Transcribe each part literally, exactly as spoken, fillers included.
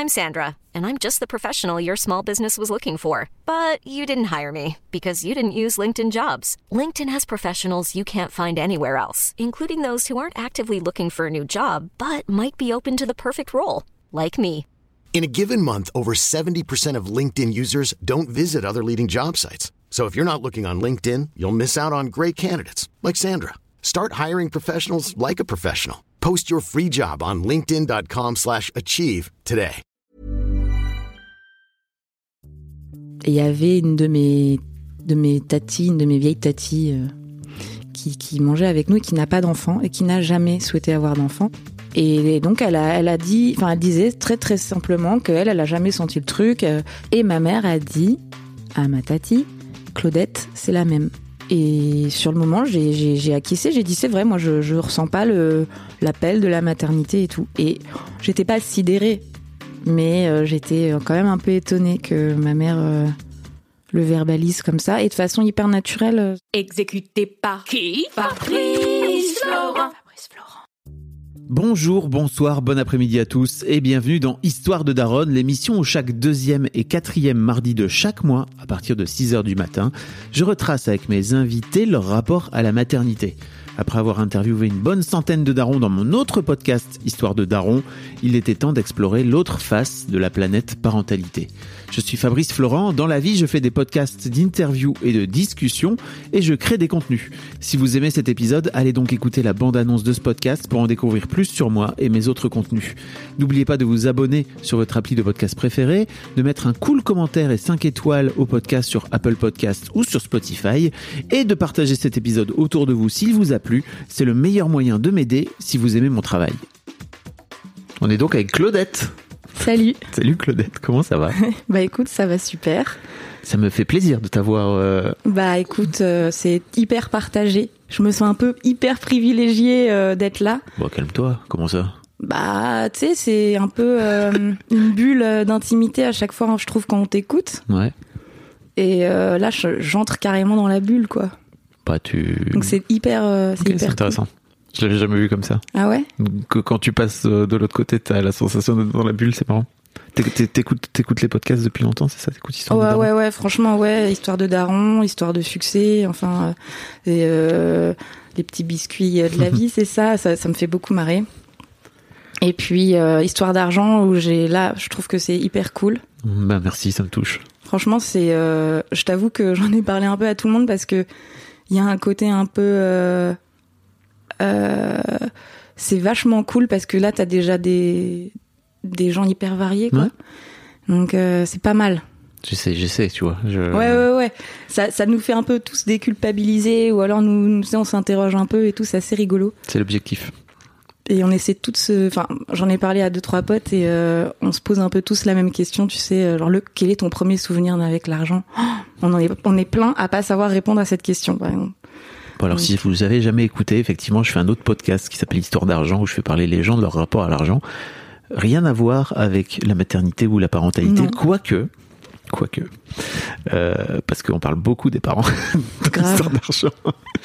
I'm Sandra, and I'm just the professional your small business was looking for. But you didn't hire me because you didn't use LinkedIn Jobs. LinkedIn has professionals you can't find anywhere else, including those who aren't actively looking for a new job, but might be open to the perfect role, like me. In a given month, over seventy percent of LinkedIn users don't visit other leading job sites. So if you're not looking on LinkedIn, you'll miss out on great candidates like Sandra. Start hiring professionals like a professional. Post your free job on linkedin.com slash achieve today. Il y avait une de mes, de mes tatis, une de mes vieilles tatis euh, qui, qui mangeait avec nous et qui n'a pas d'enfant et qui n'a jamais souhaité avoir d'enfant. Et donc elle a, elle a dit, enfin elle disait très très simplement qu'elle, elle a jamais senti le truc. Euh, et ma mère a dit à ma tati, Claudette, c'est la même. Et sur le moment, j'ai, j'ai, j'ai acquiescé, j'ai dit c'est vrai, moi je, je ressens pas le, l'appel de la maternité et tout. Et j'étais pas sidérée, mais euh, j'étais quand même un peu étonnée que ma mère euh, le verbalise comme ça et de façon hyper naturelle. Exécuté par qui? Fabrice Florent. Bonjour, bonsoir, bon après-midi à tous et bienvenue dans Histoire de Daronne, l'émission où chaque deuxième et quatrième mardi de chaque mois, à partir de six heures du matin, je retrace avec mes invités leur rapport à la maternité. Après avoir interviewé une bonne centaine de darons dans mon autre podcast Histoire de Daron, il était temps d'explorer l'autre face de la planète parentalité. Je suis Fabrice Florent, dans la vie je fais des podcasts d'interviews et de discussions et je crée des contenus. Si vous aimez cet épisode, allez donc écouter la bande-annonce de ce podcast pour en découvrir plus sur moi et mes autres contenus. N'oubliez pas de vous abonner sur votre appli de podcast préféré, de mettre un cool commentaire et cinq étoiles au podcast sur Apple Podcasts ou sur Spotify et de partager cet épisode autour de vous s'il vous a plu. C'est le meilleur moyen de m'aider si vous aimez mon travail. On est donc avec Claudette. Salut. Salut Claudette, comment ça va? Bah écoute, ça va super. Ça me fait plaisir de t'avoir... Euh... Bah écoute, euh, c'est hyper partagé. Je me sens un peu hyper privilégiée euh, d'être là. Bon, calme-toi, comment ça? Bah tu sais, c'est un peu euh, une bulle d'intimité à chaque fois, je trouve, quand on t'écoute. Ouais. Et euh, là, je, j'entre carrément dans la bulle, quoi. Bah tu... Donc c'est hyper... Euh, c'est okay, hyper c'est intéressant. Cool. Je l'avais jamais vu comme ça. Ah ouais? Que quand tu passes de l'autre côté, t'as la sensation d'être dans la bulle, c'est marrant. T'écoutes, t'écoutes les podcasts depuis longtemps, c'est ça? T'écoutes Histoire ouais, de Daron? Ouais, ouais, franchement, ouais. Histoire de Daron, histoire de succès, enfin, euh, et, euh, les petits biscuits de la vie, c'est ça, ça, ça me fait beaucoup marrer. Et puis, euh, Histoire d'argent, où j'ai, là, je trouve que c'est hyper cool. Bah merci, ça me touche. Franchement, c'est, euh, je t'avoue que j'en ai parlé un peu à tout le monde parce que il y a un côté un peu, euh, euh, c'est vachement cool parce que là, t'as déjà des, des gens hyper variés, quoi. Ouais. Donc, euh, c'est pas mal. Je sais, j'essaie, tu vois. Je... Ouais, ouais, ouais. Ça, ça nous fait un peu tous déculpabiliser ou alors nous, nous on s'interroge un peu et tout, c'est assez rigolo. C'est l'objectif. Et on essaie tous, se... enfin, j'en ai parlé à deux, trois potes et euh, on se pose un peu tous la même question, tu sais, genre, le, quel est ton premier souvenir avec l'argent? Oh, on, en est, on est plein à pas savoir répondre à cette question, par exemple. Bon, alors, si vous avez jamais écouté, effectivement, je fais un autre podcast qui s'appelle Histoire d'argent où je fais parler les gens de leur rapport à l'argent. Rien à voir avec la maternité ou la parentalité, quoique, quoique, euh, parce qu'on parle beaucoup des parents dans l'histoire d'argent.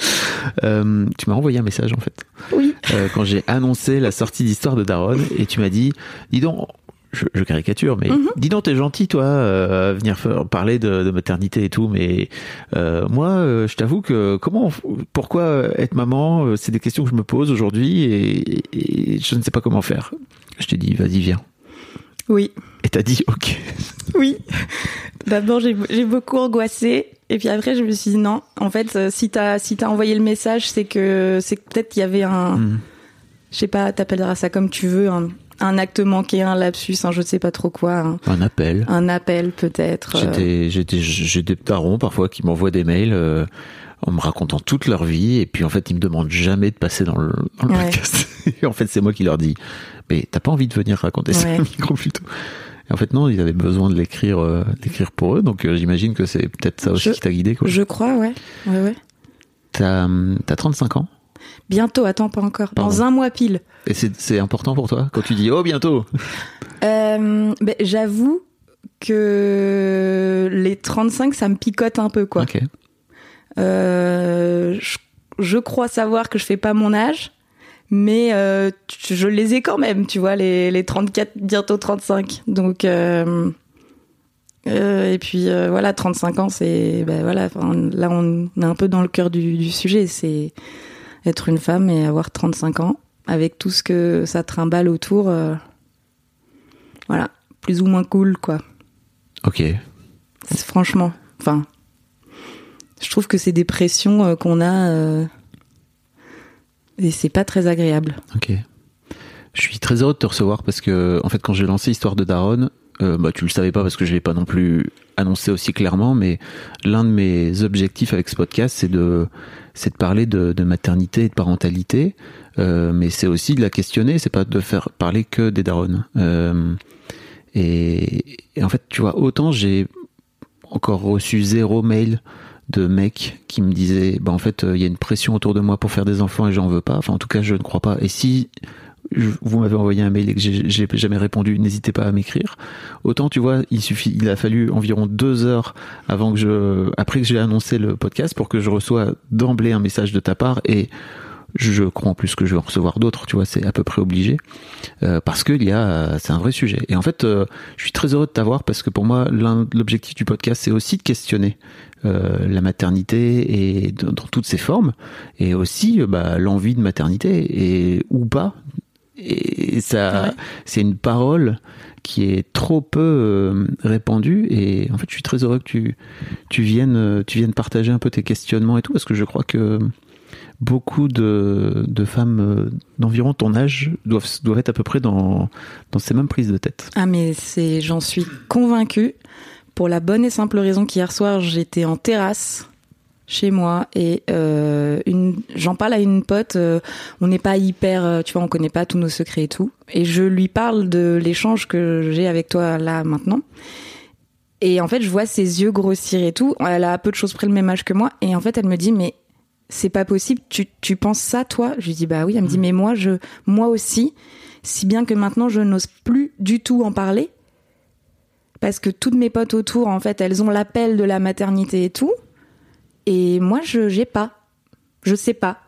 Euh, tu m'as envoyé un message en fait. Oui. Euh, quand j'ai annoncé la sortie d'Histoire de Daronne et tu m'as dit, dis donc, je, je caricature, mais mm-hmm. dis donc, t'es gentil toi, euh, à venir faire, parler de, de maternité et tout, mais euh, moi, euh, je t'avoue que comment, pourquoi être maman, c'est des questions que je me pose aujourd'hui et, et je ne sais pas comment faire. Je t'ai dit, vas-y, viens. Oui. Et t'as dit, ok. Oui. D'abord, j'ai, j'ai beaucoup angoissé. Et puis après, je me suis dit, non. En fait, si t'as, si t'as envoyé le message, c'est que, c'est que peut-être qu'il y avait un, mmh. je sais pas, t'appelleras ça comme tu veux, un, un acte manqué, un lapsus, un je ne sais pas trop quoi. Un, un appel. Un appel, peut-être. J'ai des, j'ai des, j'ai des darons, parfois, qui m'envoient des mails, euh, en me racontant toute leur vie. Et puis, en fait, ils me demandent jamais de passer dans le, dans le ouais. podcast. Et en fait, c'est moi qui leur dis, mais t'as pas envie de venir raconter ça ouais. au micro plutôt? Et en fait, non, ils avaient besoin de l'écrire, euh, d'écrire pour eux. Donc, euh, j'imagine que c'est peut-être ça aussi je, qui t'a guidé, quoi. Je crois, ouais. Ouais, ouais. T'as, t'as trente-cinq ans? Bientôt, attends, pas encore. Pardon. Dans un mois pile. Et c'est, c'est important pour toi quand tu dis oh bientôt? euh, ben, j'avoue que les trente-cinq, ça me picote un peu, quoi. Ok. Euh, je, je crois savoir que je fais pas mon âge, mais euh, je les ai quand même, tu vois, les, les trente-quatre, bientôt trente-cinq. Donc, euh, euh, et puis euh, voilà, trente-cinq ans, c'est, ben voilà, là on est un peu dans le cœur du, du sujet, c'est être une femme et avoir trente-cinq ans, avec tout ce que ça trimballe autour, euh, voilà, plus ou moins cool, quoi. Ok. C'est, franchement, enfin, je trouve que c'est des pressions euh, qu'on a... Euh, et c'est pas très agréable. Ok. Je suis très heureux de te recevoir parce que, en fait, quand j'ai lancé Histoire de Daronne, euh, bah, tu le savais pas parce que je l'ai pas non plus annoncé aussi clairement, mais l'un de mes objectifs avec ce podcast, c'est de, c'est de parler de, de maternité et de parentalité, euh, mais c'est aussi de la questionner, c'est pas de faire parler que des daronnes. Euh, et, et en fait, tu vois, autant j'ai encore reçu zéro mail de mecs qui me disaient bah en fait il euh, y a une pression autour de moi pour faire des enfants et j'en veux pas, enfin en tout cas je ne crois pas, et si je, vous m'avez envoyé un mail et que j'ai, j'ai jamais répondu, n'hésitez pas à m'écrire. Autant tu vois, il suffit, il a fallu environ deux heures avant que je, après que j'ai annoncé le podcast pour que je reçois d'emblée un message de ta part, et je crois en plus que je vais en recevoir d'autres, tu vois, c'est à peu près obligé, euh, parce que il y a, c'est un vrai sujet. Et en fait, euh, je suis très heureux de t'avoir parce que pour moi, l'un, l'objectif du podcast, c'est aussi de questionner euh, la maternité et dans, dans toutes ses formes, et aussi bah, l'envie de maternité et ou pas. Et ça, ouais. C'est une parole qui est trop peu euh, répandue, et en fait, je suis très heureux que tu tu viennes tu viennes partager un peu tes questionnements et tout, parce que je crois que beaucoup de, de femmes d'environ ton âge doivent, doivent être à peu près dans, dans ces mêmes prises de tête. Ah mais c'est, j'en suis convaincue, pour la bonne et simple raison qu'hier soir j'étais en terrasse chez moi et euh, une, j'en parle à une pote, euh, on n'est pas hyper, tu vois, on connaît pas tous nos secrets et tout, et je lui parle de l'échange que j'ai avec toi là maintenant. Et en fait je vois ses yeux grossir et tout, elle a à peu de choses près le même âge que moi, et en fait elle me dit mais c'est pas possible, tu, tu penses ça, toi? Je lui dis, bah oui. Elle me dit, mais moi, je, moi aussi, si bien que maintenant, je n'ose plus du tout en parler, parce que toutes mes potes autour, en fait, elles ont l'appel de la maternité et tout, et moi, je, j'ai pas. Je sais pas.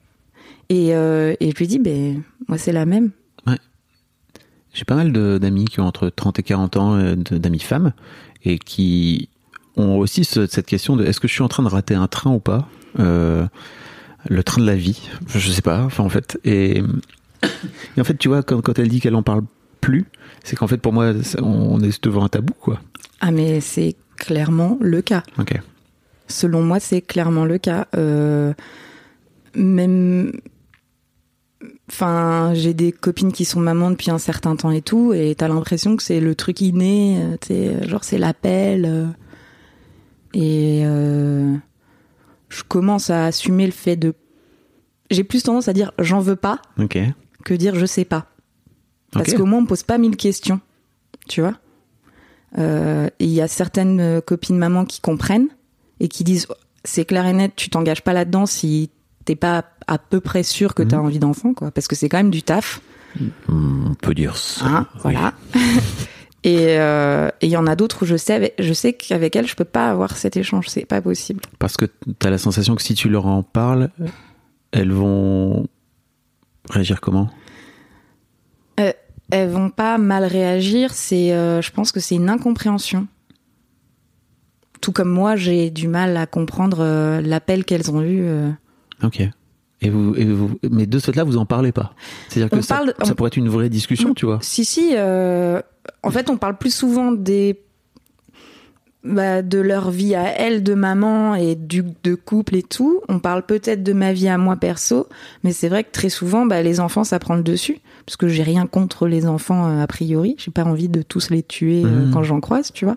Et, euh, et je lui dis, ben, moi, c'est la même. Ouais. J'ai pas mal de, d'amis qui ont entre trente et quarante ans, euh, de, d'amis femmes, et qui ont aussi ce, cette question de, est-ce que je suis en train de rater un train ou pas? Euh, le train de la vie, je sais pas, enfin en fait, et, et en fait tu vois, quand, quand elle dit qu'elle en parle plus, c'est qu'en fait pour moi on est devant un tabou, quoi. Ah mais c'est clairement le cas. Ok. Selon moi c'est clairement le cas. Euh, même, enfin j'ai des copines qui sont mamans depuis un certain temps et tout, et t'as l'impression que c'est le truc inné, tu sais, genre c'est l'appel, euh, et euh, je commence à assumer le fait de... J'ai plus tendance à dire « j'en veux pas okay. » que dire « je sais pas ». Parce okay. qu'au moins, on me pose pas mille questions, tu vois. Euh, et il y a certaines copines mamans qui comprennent et qui disent « c'est clair et net, tu t'engages pas là-dedans si t'es pas à peu près sûr que mmh. t'as envie d'enfant, quoi. » Parce que c'est quand même du taf. On peut dire ça. Hein, oui. Voilà. Et il euh, y en a d'autres où je sais, je sais qu'avec elles, je peux pas avoir cet échange, c'est pas possible. Parce que t'as la sensation que si tu leur en parles, elles vont réagir comment ? euh, Elles vont pas mal réagir, c'est, euh, je pense que c'est une incompréhension. Tout comme moi, j'ai du mal à comprendre euh, l'appel qu'elles ont eu. Euh... Ok. Et vous, et vous, mais de ce fait-là, vous en parlez pas. C'est-à-dire que on ça, parle, ça on... pourrait être une vraie discussion, tu vois. Si, si. Euh, en fait, on parle plus souvent des, bah, de leur vie à elles, de maman et du, de couple et tout. On parle peut-être de ma vie à moi perso, mais c'est vrai que très souvent, bah, les enfants, ça prend le dessus. Parce que j'ai rien contre les enfants euh, a priori. J'ai pas envie de tous les tuer euh, mmh. quand j'en croise, tu vois.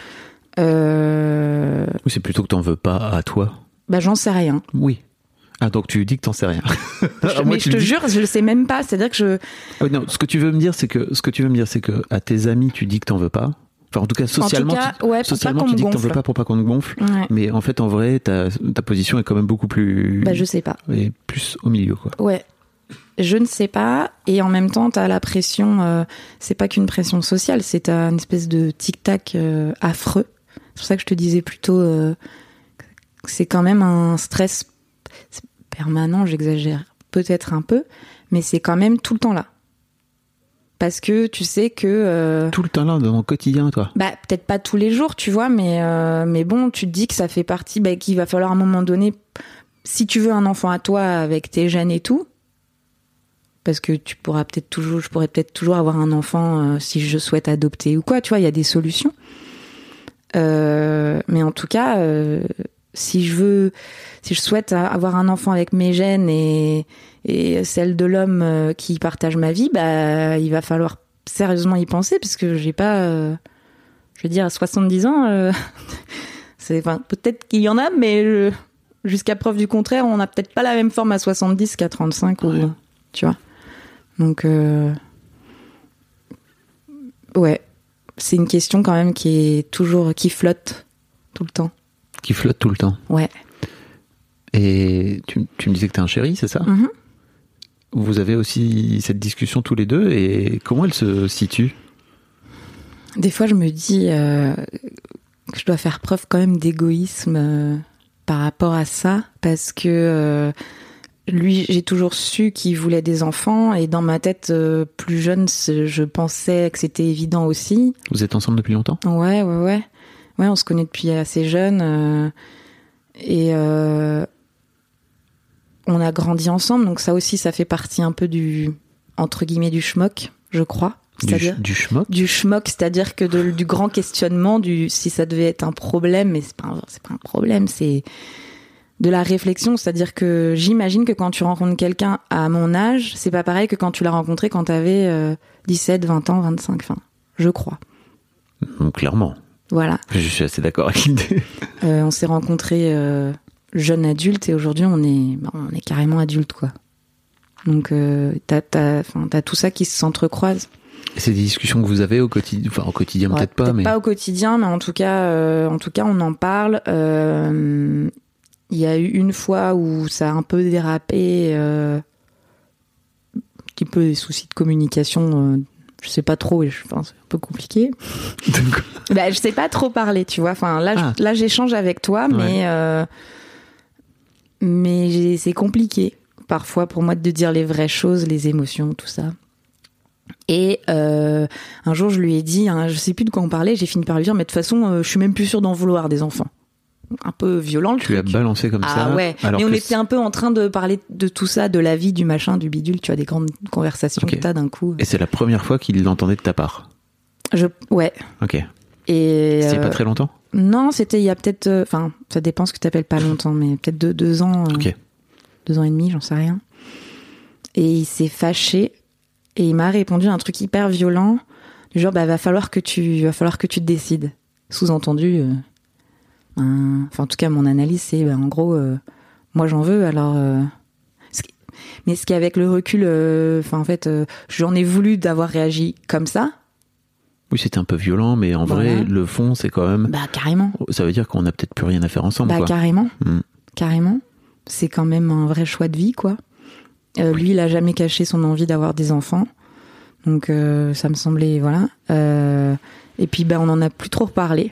Euh... Ou c'est plutôt que t'en veux pas à toi. Bah, j'en sais rien. Oui. Ah, donc tu dis que t'en sais rien. Je, mais je te dis... jure, je le sais même pas. C'est-à-dire que je... Ah, non, ce que tu veux me dire, c'est que, ce que tu veux me dire, c'est que à tes amis, tu dis que t'en veux pas. Enfin, en tout cas, socialement, en tout cas, tu, ouais, socialement, tu dis que t'en veux pas pour pas qu'on te gonfle. Ouais. Mais en fait, en vrai, ta, ta position est quand même beaucoup plus... Bah, je sais pas. Et plus au milieu, quoi. Ouais. Je ne sais pas. Et en même temps, t'as la pression, euh, c'est pas qu'une pression sociale, c'est une espèce de tic-tac euh, affreux. C'est pour ça que je te disais plutôt, euh, que c'est quand même un stress permanent, j'exagère peut-être un peu, mais c'est quand même tout le temps là. Parce que tu sais que... Euh, tout le temps là, dans mon quotidien, toi. Bah, peut-être pas tous les jours, tu vois, mais, euh, mais bon, tu te dis que ça fait partie, bah, qu'il va falloir à un moment donné, si tu veux un enfant à toi avec tes gènes et tout, parce que tu pourras peut-être toujours, je pourrais peut-être toujours avoir un enfant euh, si je souhaite adopter ou quoi, tu vois, il y a des solutions. Euh, mais en tout cas, euh, si je veux, si je souhaite avoir un enfant avec mes gènes et, et celle de l'homme euh, qui partage ma vie, bah, il va falloir sérieusement y penser parce que j'ai pas, euh, je veux dire, à soixante-dix ans, euh, c'est, enfin, peut-être qu'il y en a, mais je, jusqu'à preuve du contraire, on n'a peut-être pas la même forme à soixante-dix qu'à trente-cinq ou, ouais. Tu vois. Donc, euh, ouais. C'est une question quand même qui est toujours, qui flotte tout le temps. Qui flotte tout le temps. Ouais. Et tu, tu me disais que t'es un chéri, c'est ça ? Mm-hmm. Vous avez aussi cette discussion tous les deux, et comment elle se situe ? Des fois, je me dis euh, que je dois faire preuve quand même d'égoïsme euh, par rapport à ça, parce que euh, lui, j'ai toujours su qu'il voulait des enfants, et dans ma tête euh, plus jeune, je pensais que c'était évident aussi. Vous êtes ensemble depuis longtemps ? Ouais, ouais, ouais. Ouais, on se connaît depuis assez jeune, euh, et euh, on a grandi ensemble, donc ça aussi, ça fait partie un peu du, entre guillemets, du schmock, je crois. C'est-à-dire, du, du schmock Du schmock, c'est-à-dire que de, du grand questionnement, du si ça devait être un problème, mais c'est pas un, c'est pas un problème, c'est de la réflexion, c'est-à-dire que j'imagine que quand tu rencontres quelqu'un à mon âge, c'est pas pareil que quand tu l'as rencontré quand t'avais euh, dix-sept, vingt ans, vingt-cinq, enfin, je crois. Donc, clairement. Voilà. Je suis assez d'accord avec l'idée. Euh, on s'est rencontrés euh, jeunes adultes et aujourd'hui on est, bah, on est carrément adultes, quoi. Donc euh, t'as, t'as, enfin, t'as tout ça qui s'entrecroise. Et c'est des discussions que vous avez au quotidien, enfin au quotidien Ouais, peut-être pas, peut-être mais pas au quotidien, mais en tout cas, euh, en tout cas, on en parle. Euh, il y a eu une fois où ça a un peu dérapé, euh, un petit peu des soucis de communication. Euh, je sais pas trop, et je, enfin, c'est un peu compliqué. Bah, je sais pas trop parler, tu vois. Enfin, là, ah. je, là, j'échange avec toi, mais ouais. euh, mais j'ai, c'est compliqué parfois pour moi de dire les vraies choses, les émotions, tout ça. Et euh, un jour, je lui ai dit, hein, je sais plus de quoi on parlait, j'ai fini par lui dire, mais de toute façon, euh, je suis même plus sûre d'en vouloir des enfants. Un peu violent le tu truc. l'as balancé comme ah, ça. Ah ouais, alors mais on que était c'est... un peu en train de parler de tout ça, de la vie, du machin, du bidule, tu vois, des grandes conversations okay. que t'as d'un coup. Et c'est la première fois qu'il l'entendait de ta part. Je, ouais. Ok. Et c'était euh, pas très longtemps ? Non, c'était il y a peut-être, enfin, euh, ça dépend ce que t'appelles pas longtemps, mais peut-être deux, deux ans, euh, ok. deux ans et demi, j'en sais rien. Et il s'est fâché et il m'a répondu un truc hyper violent, du genre, bah, va falloir que tu, va falloir que tu te décides. Sous-entendu, euh, un... enfin, en tout cas, mon analyse, c'est, bah, en gros, euh, moi j'en veux, alors. Euh... Mais ce qui, avec le recul, enfin, euh, en fait, euh, j'en ai voulu d'avoir réagi comme ça. Oui, c'était un peu violent, mais en voilà. vrai, le fond, c'est quand même... Bah, carrément. Ça veut dire qu'on n'a peut-être plus rien à faire ensemble, bah, quoi. carrément. Mm. Carrément. C'est quand même un vrai choix de vie, quoi. Euh, lui, il a jamais caché son envie d'avoir des enfants. Donc, euh, ça me semblait... Voilà. Euh, et puis, ben, on en a plus trop reparlé.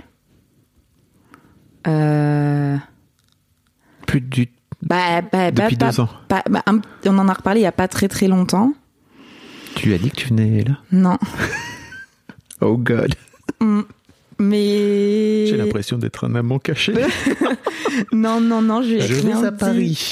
Euh... Plus du... Bah, bah, Depuis bah, deux ans. Bah, bah, un... On en a reparlé il y a pas très très longtemps. Tu lui as dit que tu venais là ? Non. Oh God. Mm. Mais... J'ai l'impression d'être un amant caché. non, non, non, je lui ai Je rien vais à dit. Paris.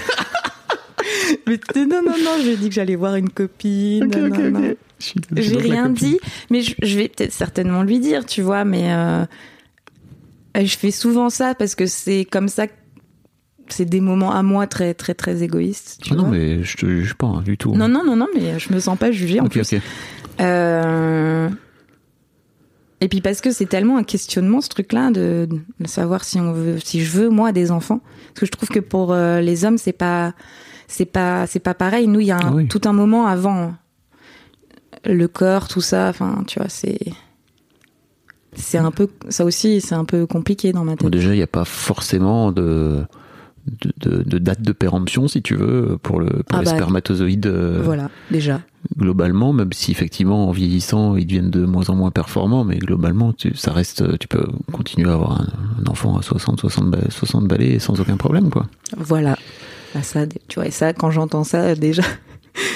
Mais non, non, non, je lui ai dit que j'allais voir une copine. Ok, non, ok, non, ok. non. Je suis, je suis J'ai donc la rien copine. dit, mais je, je vais peut-être certainement lui dire, tu vois, mais euh, je fais souvent ça parce que c'est comme ça que c'est des moments à moi très, très, très égoïstes. Tu Ah non, vois. mais je te juge pas hein, du tout. Non, non, non, non, mais je me sens pas jugée en Ok, plus. ok. Euh... Et puis parce que c'est tellement un questionnement ce truc-là de, de savoir si on veut, si je veux moi des enfants. Parce que je trouve que pour euh, les hommes c'est pas, c'est pas, c'est pas pareil. Nous il y a un, oui. tout un moment avant le corps, tout ça. Enfin, tu vois, c'est, c'est un peu, ça aussi c'est un peu compliqué dans ma tête. Bon, déjà, il n'y a pas forcément de, de, de, de date de péremption, si tu veux, pour, le, pour Ah les bah, spermatozoïdes. Euh, voilà, déjà. Globalement, même si effectivement en vieillissant ils deviennent de moins en moins performants, mais globalement tu, ça reste, tu peux continuer à avoir un, un enfant à soixante, soixante balais sans aucun problème, quoi. Voilà. Bah ça, tu vois, et ça, quand j'entends ça, déjà,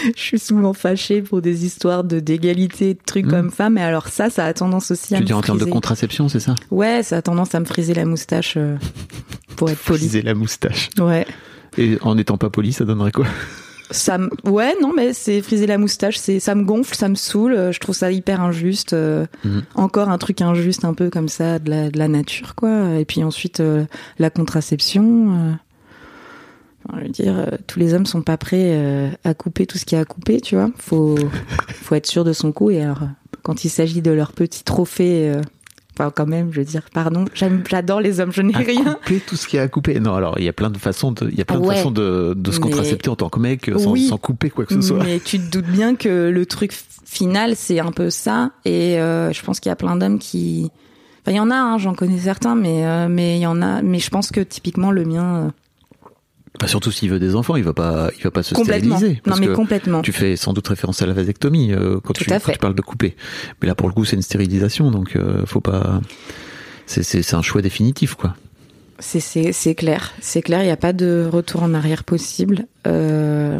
je suis souvent fâchée pour des histoires de d'égalité, de trucs mmh. hommes-femmes. Et alors ça, ça a tendance aussi à tu me dis en friser. termes de contraception, c'est ça? Ouais, ça a tendance à me friser la moustache, euh, pour être poli. Friser la moustache. Ouais. Et en n'étant pas poli, ça donnerait quoi? Ça me... Ouais, non, mais c'est friser la moustache, c'est... ça me gonfle, ça me saoule, je trouve ça hyper injuste. Euh, mmh. Encore un truc injuste, un peu comme ça, de la, de la nature, quoi. Et puis ensuite, euh, la contraception. Euh... Enfin, je veux dire, euh, tous les hommes sont pas prêts euh, à couper tout ce qu'il y a à couper, tu vois. Faut, faut être sûr de son coup. Et alors, quand il s'agit de leur petit trophée... Euh... Enfin, quand même, je veux dire, pardon, j'aime, j'adore les hommes, je n'ai à rien. Couper tout ce qu'il y a à couper. Non, alors, il y a plein de façons de, il y a plein de ouais, façons de, de se mais... contracepter en tant que mec, sans, oui, sans couper quoi que ce soit. Mais tu te doutes bien que le truc final, c'est un peu ça. Et euh, je pense qu'il y a plein d'hommes qui... Enfin, il y en a, hein, j'en connais certains, mais euh, mais il y en a. Mais je pense que typiquement, le mien... Euh... Bah surtout s'il veut des enfants, il va pas, il va pas se complètement. stériliser. Parce non, mais que complètement. Tu fais sans doute référence à la vasectomie euh, quand, tu, quand tu parles de couper. Mais là, pour le coup, c'est une stérilisation, donc euh, faut pas. C'est, c'est, c'est un choix définitif, quoi. C'est, c'est, c'est clair, c'est clair. Il n'y a pas de retour en arrière possible. Euh...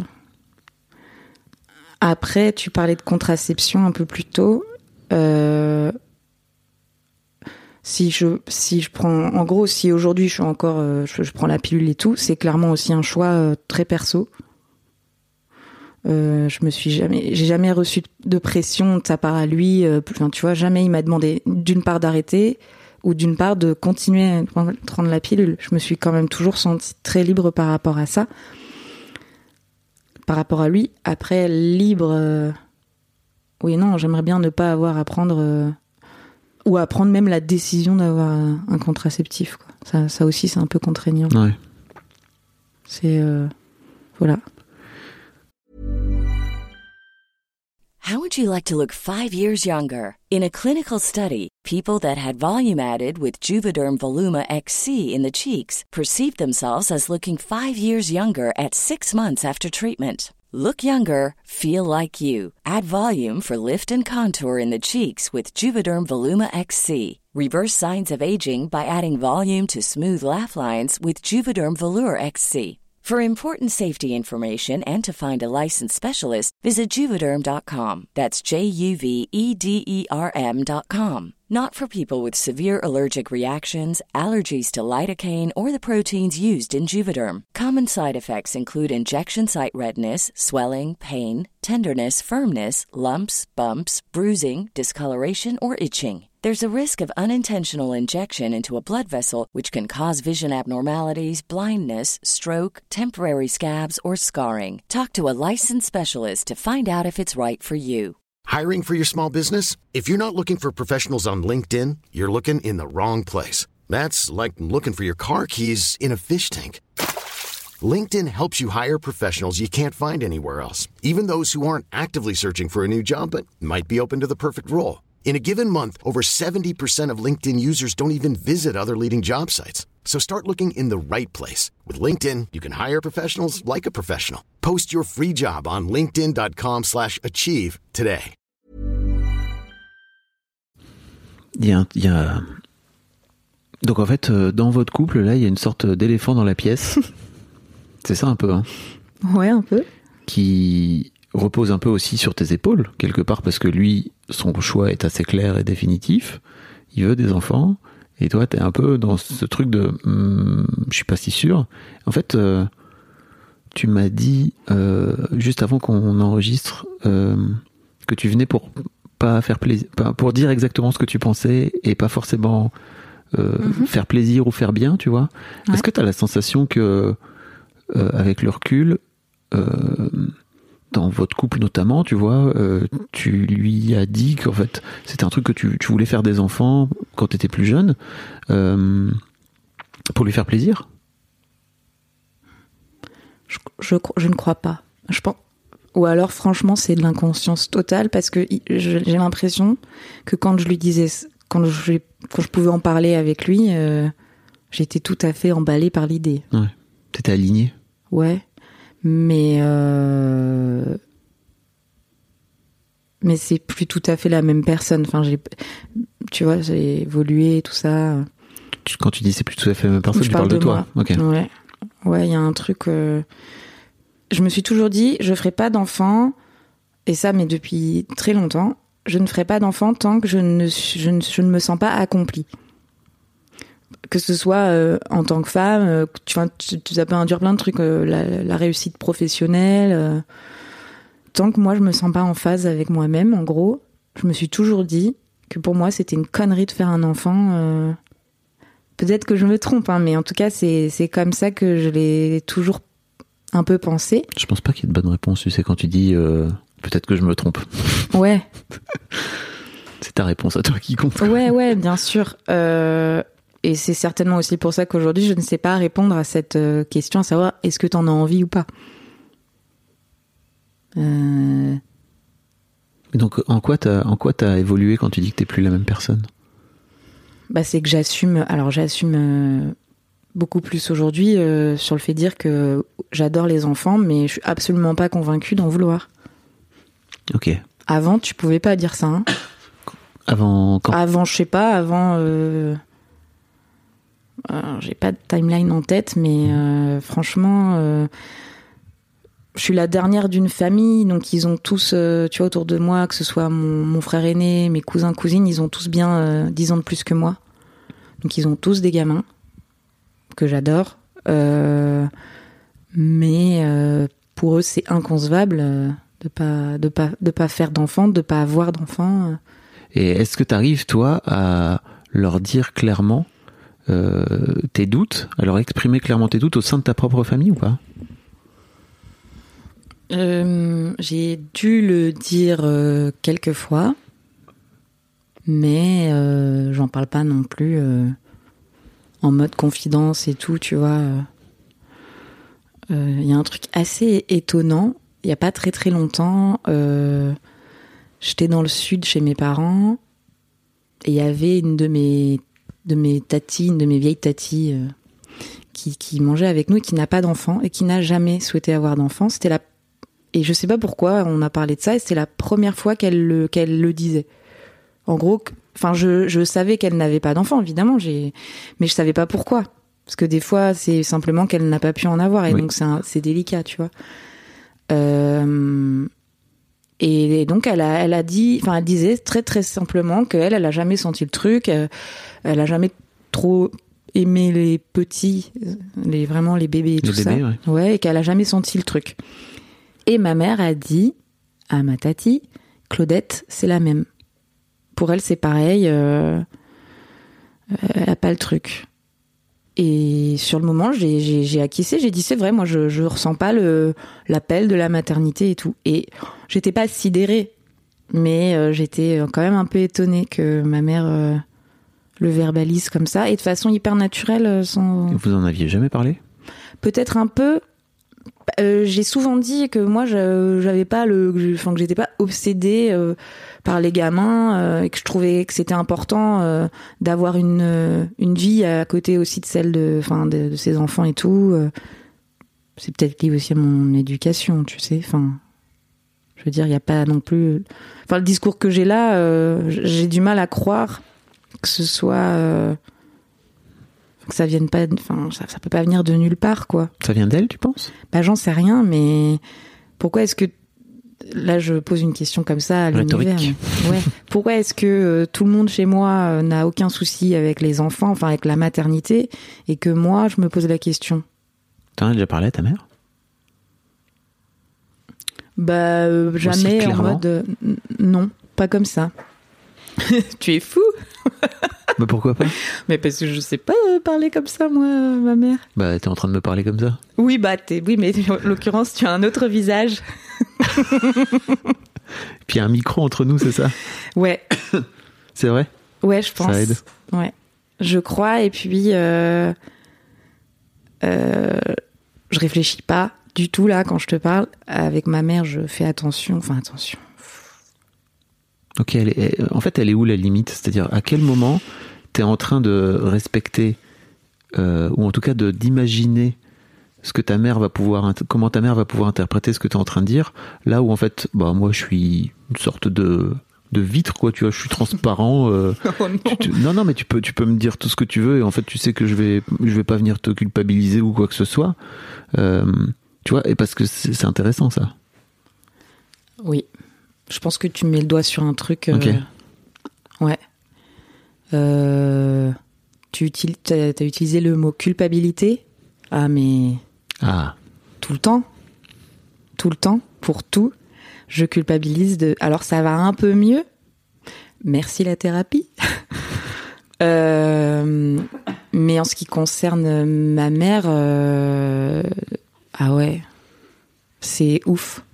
Après, tu parlais de contraception un peu plus tôt. Euh... Si je, si je prends, en gros, si aujourd'hui je suis encore, euh, je, je prends la pilule et tout, c'est clairement aussi un choix euh, très perso. Euh, je me suis jamais, j'ai jamais reçu de pression de sa part à lui. Euh, enfin, tu vois, jamais il m'a demandé d'une part d'arrêter ou d'une part de continuer à prendre la pilule. Je me suis quand même toujours sentie très libre par rapport à ça, par rapport à lui. Après, libre, euh... oui, non, j'aimerais bien ne pas avoir à prendre. Euh... Ou à prendre même la décision d'avoir un contraceptif, quoi. Ça, ça aussi, c'est un peu contraignant. Ouais. C'est... Euh, voilà. How would you like to look five years younger? In a clinical study, people that had volume added with Juvederm Voluma X C in the cheeks perceived themselves as looking five years younger at six months after treatment. Look younger, feel like you. Add volume for lift and contour in the cheeks with Juvederm Voluma X C. Reverse signs of aging by adding volume to smooth laugh lines with Juvederm Volure X C. For important safety information and to find a licensed specialist, visit Juvederm dot com. That's J U V E D E R M dot com. Not for people with severe allergic reactions, allergies to lidocaine, or the proteins used in Juvederm. Common side effects include injection site redness, swelling, pain, tenderness, firmness, lumps, bumps, bruising, discoloration, or itching. There's a risk of unintentional injection into a blood vessel, which can cause vision abnormalities, blindness, stroke, temporary scabs, or scarring. Talk to a licensed specialist to find out if it's right for you. Hiring for your small business? If you're not looking for professionals on LinkedIn, you're looking in the wrong place. That's like looking for your car keys in a fish tank. LinkedIn helps you hire professionals you can't find anywhere else, even those who aren't actively searching for a new job but might be open to the perfect role. In a given month, over seventy percent of LinkedIn users don't even visit other leading job sites. So start looking in the right place. With LinkedIn, you can hire professionals like a professional. Post your free job on linkedin dot com slash achieve today. Il y a, il y a... Donc en fait, dans votre couple, là, il y a une sorte d'éléphant dans la pièce. C'est ça un peu, hein? Ouais, un peu. Qui repose un peu aussi sur tes épaules, quelque part, parce que lui, son choix est assez clair et définitif. Il veut des enfants. Et toi, t'es un peu dans ce truc de... Hum, je suis pas si sûr. En fait, euh, tu m'as dit, euh, juste avant qu'on enregistre, euh, que tu venais pour pas faire plaisir, pour dire exactement ce que tu pensais et pas forcément euh, mm-hmm. faire plaisir ou faire bien, tu vois. Ouais. Est-ce que t'as la sensation que, euh, avec le recul, euh, dans votre couple notamment, tu vois, euh, tu lui as dit qu'en fait, c'était un truc que tu, tu voulais faire des enfants quand tu étais plus jeune, euh, pour lui faire plaisir? je, je, je ne crois pas. Je pense... Ou alors, franchement, c'est de l'inconscience totale, parce que j'ai l'impression que quand je lui disais, quand je, quand je pouvais en parler avec lui, euh, j'étais tout à fait emballée par l'idée. Ouais. T'étais alignée? Ouais. Mais euh... mais c'est plus tout à fait la même personne. Enfin, j'ai, tu vois, j'ai évolué, tout ça. Quand tu dis c'est plus tout à fait la même personne, je tu parles de, de toi. Moi. Okay. Ouais, ouais, il y a un truc. Euh... je me suis toujours dit, je ferai pas d'enfant, et ça, mais depuis très longtemps, je ne ferai pas d'enfant tant que je ne, je ne, je ne me sens pas accomplie. Que ce soit euh, en tant que femme, euh, tu, tu, tu ça peut induire plein de trucs, euh, la, la réussite professionnelle. Euh, tant que moi, je me sens pas en phase avec moi-même, en gros, je me suis toujours dit que pour moi, c'était une connerie de faire un enfant. Euh, peut-être que je me trompe, hein, mais en tout cas, c'est, c'est comme ça que je l'ai toujours un peu pensé. Je pense pas qu'il y ait de bonne réponse, tu sais, quand tu dis euh, peut-être que je me trompe. Ouais. C'est ta réponse à toi qui compte. Ouais, ouais, bien sûr. Euh, et c'est certainement aussi pour ça qu'aujourd'hui, je ne sais pas répondre à cette euh, question, à savoir est-ce que t'en as envie ou pas. Euh... Donc, en quoi t'as, en quoi t'as évolué quand tu dis que t'es plus la même personne ? Bah, c'est que j'assume. Alors, j'assume euh, beaucoup plus aujourd'hui euh, sur le fait de dire que j'adore les enfants, mais je suis absolument pas convaincue d'en vouloir. Ok. Avant, tu pouvais pas dire ça. Hein. Avant quand ? Avant, je sais pas. Avant, euh... Alors, j'ai pas de timeline en tête, mais euh, franchement. Euh... Je suis la dernière d'une famille, donc ils ont tous, euh, tu vois, autour de moi, que ce soit mon, mon frère aîné, mes cousins, cousines, ils ont tous bien euh, dix ans de plus que moi. Donc ils ont tous des gamins, que j'adore. Euh, mais euh, pour eux, c'est inconcevable euh, de pas, de pas, de pas faire d'enfants, de pas avoir d'enfants. Et est-ce que tu arrives, toi, à leur dire clairement euh, tes doutes, à leur exprimer clairement tes doutes au sein de ta propre famille ou pas ? Euh, j'ai dû le dire euh, quelques fois, mais euh, j'en parle pas non plus euh, en mode confidence et tout, tu vois. Il euh, y a un truc assez étonnant. Il y a pas très très longtemps, euh, j'étais dans le sud chez mes parents et il y avait une de mes de mes tatis, une de mes vieilles tatis euh, qui qui mangeait avec nous et qui n'a pas d'enfant et qui n'a jamais souhaité avoir d'enfant. C'était la Et je sais pas pourquoi on a parlé de ça, et c'est la première fois qu'elle le, qu'elle le disait. En gros, enfin, je, je savais qu'elle n'avait pas d'enfant, évidemment, j'ai, mais je savais pas pourquoi. Parce que des fois, c'est simplement qu'elle n'a pas pu en avoir, et oui. donc c'est, un, c'est délicat, tu vois. Euh, et, et donc, elle a, elle a dit, enfin, elle disait très très simplement qu'elle, elle a jamais senti le truc, elle, elle a jamais trop aimé les petits, les, vraiment les bébés et les tout bébés, ça. Ouais. ouais, et qu'elle a jamais senti le truc. Et ma mère a dit à ma tati, Claudette, c'est la même. Pour elle, c'est pareil. Euh, elle a pas le truc. Et sur le moment, j'ai, j'ai, j'ai acquiescé. J'ai dit, c'est vrai, moi, je, je ressens pas le, l'appel de la maternité et tout. Et j'étais pas sidérée, mais euh, j'étais quand même un peu étonnée que ma mère euh, le verbalise comme ça. Et de façon hyper naturelle. Sans... Vous en aviez jamais parlé ? Peut-être un peu. Euh, j'ai souvent dit que moi je, j'avais pas le, enfin que j'étais pas obsédée euh, par les gamins euh, et que je trouvais que c'était important euh, d'avoir une euh, une vie à côté aussi de celle de, enfin de, de ses enfants et tout. Euh, c'est peut-être lié aussi à mon éducation, tu sais. Enfin, je veux dire, il y a pas non plus. Enfin, le discours que j'ai là, euh, j'ai du mal à croire que ce soit. Euh, que ça vienne pas, enfin ça, ça peut pas venir de nulle part, quoi. Ça vient d'elle, tu penses ? Bah j'en sais rien, mais pourquoi est-ce que là je pose une question comme ça à l'univers ? Mais... ouais. Pourquoi est-ce que euh, tout le monde chez moi euh, n'a aucun souci avec les enfants, enfin avec la maternité, et que moi je me pose la question ? T'en as déjà parlé à ta mère ? Bah euh, jamais en mode euh, n- non, pas comme ça. Tu es fou. Mais pourquoi pas ? Mais parce que je sais pas euh, parler comme ça, moi, euh, ma mère. Bah, t'es en train de me parler comme ça. Oui, bah, t'es... oui, mais en l'occurrence, tu as un autre visage. Puis il y a un micro entre nous, c'est ça ? Ouais. C'est vrai ? Ouais, je pense. Ça aide. Ouais. Je crois, et puis, euh... Euh... je réfléchis pas du tout, là, quand je te parle. Avec ma mère, je fais attention, enfin, attention. Ok, elle est, en fait, elle est où la limite ? C'est-à-dire, à quel moment t'es en train de respecter, euh, ou en tout cas de d'imaginer ce que ta mère va pouvoir, comment ta mère va pouvoir interpréter ce que t'es en train de dire, là où en fait, bah moi, je suis une sorte de de vitre, quoi. Tu vois, je suis transparent. Euh, oh non. Tu, tu, non, non, mais tu peux, tu peux me dire tout ce que tu veux, et en fait, tu sais que je vais, je vais pas venir te culpabiliser ou quoi que ce soit. Euh, Tu vois, et parce que c'est, c'est intéressant ça. Oui. Je pense que tu mets le doigt sur un truc. Euh, ok. Ouais. Euh, tu utilises, t'as, t'as utilisé le mot culpabilité. Ah, mais. Ah. Tout le temps. Tout le temps. Pour tout. Je culpabilise de. Alors, ça va un peu mieux. Merci la thérapie. euh, mais en ce qui concerne ma mère. Euh, ah ouais. C'est ouf.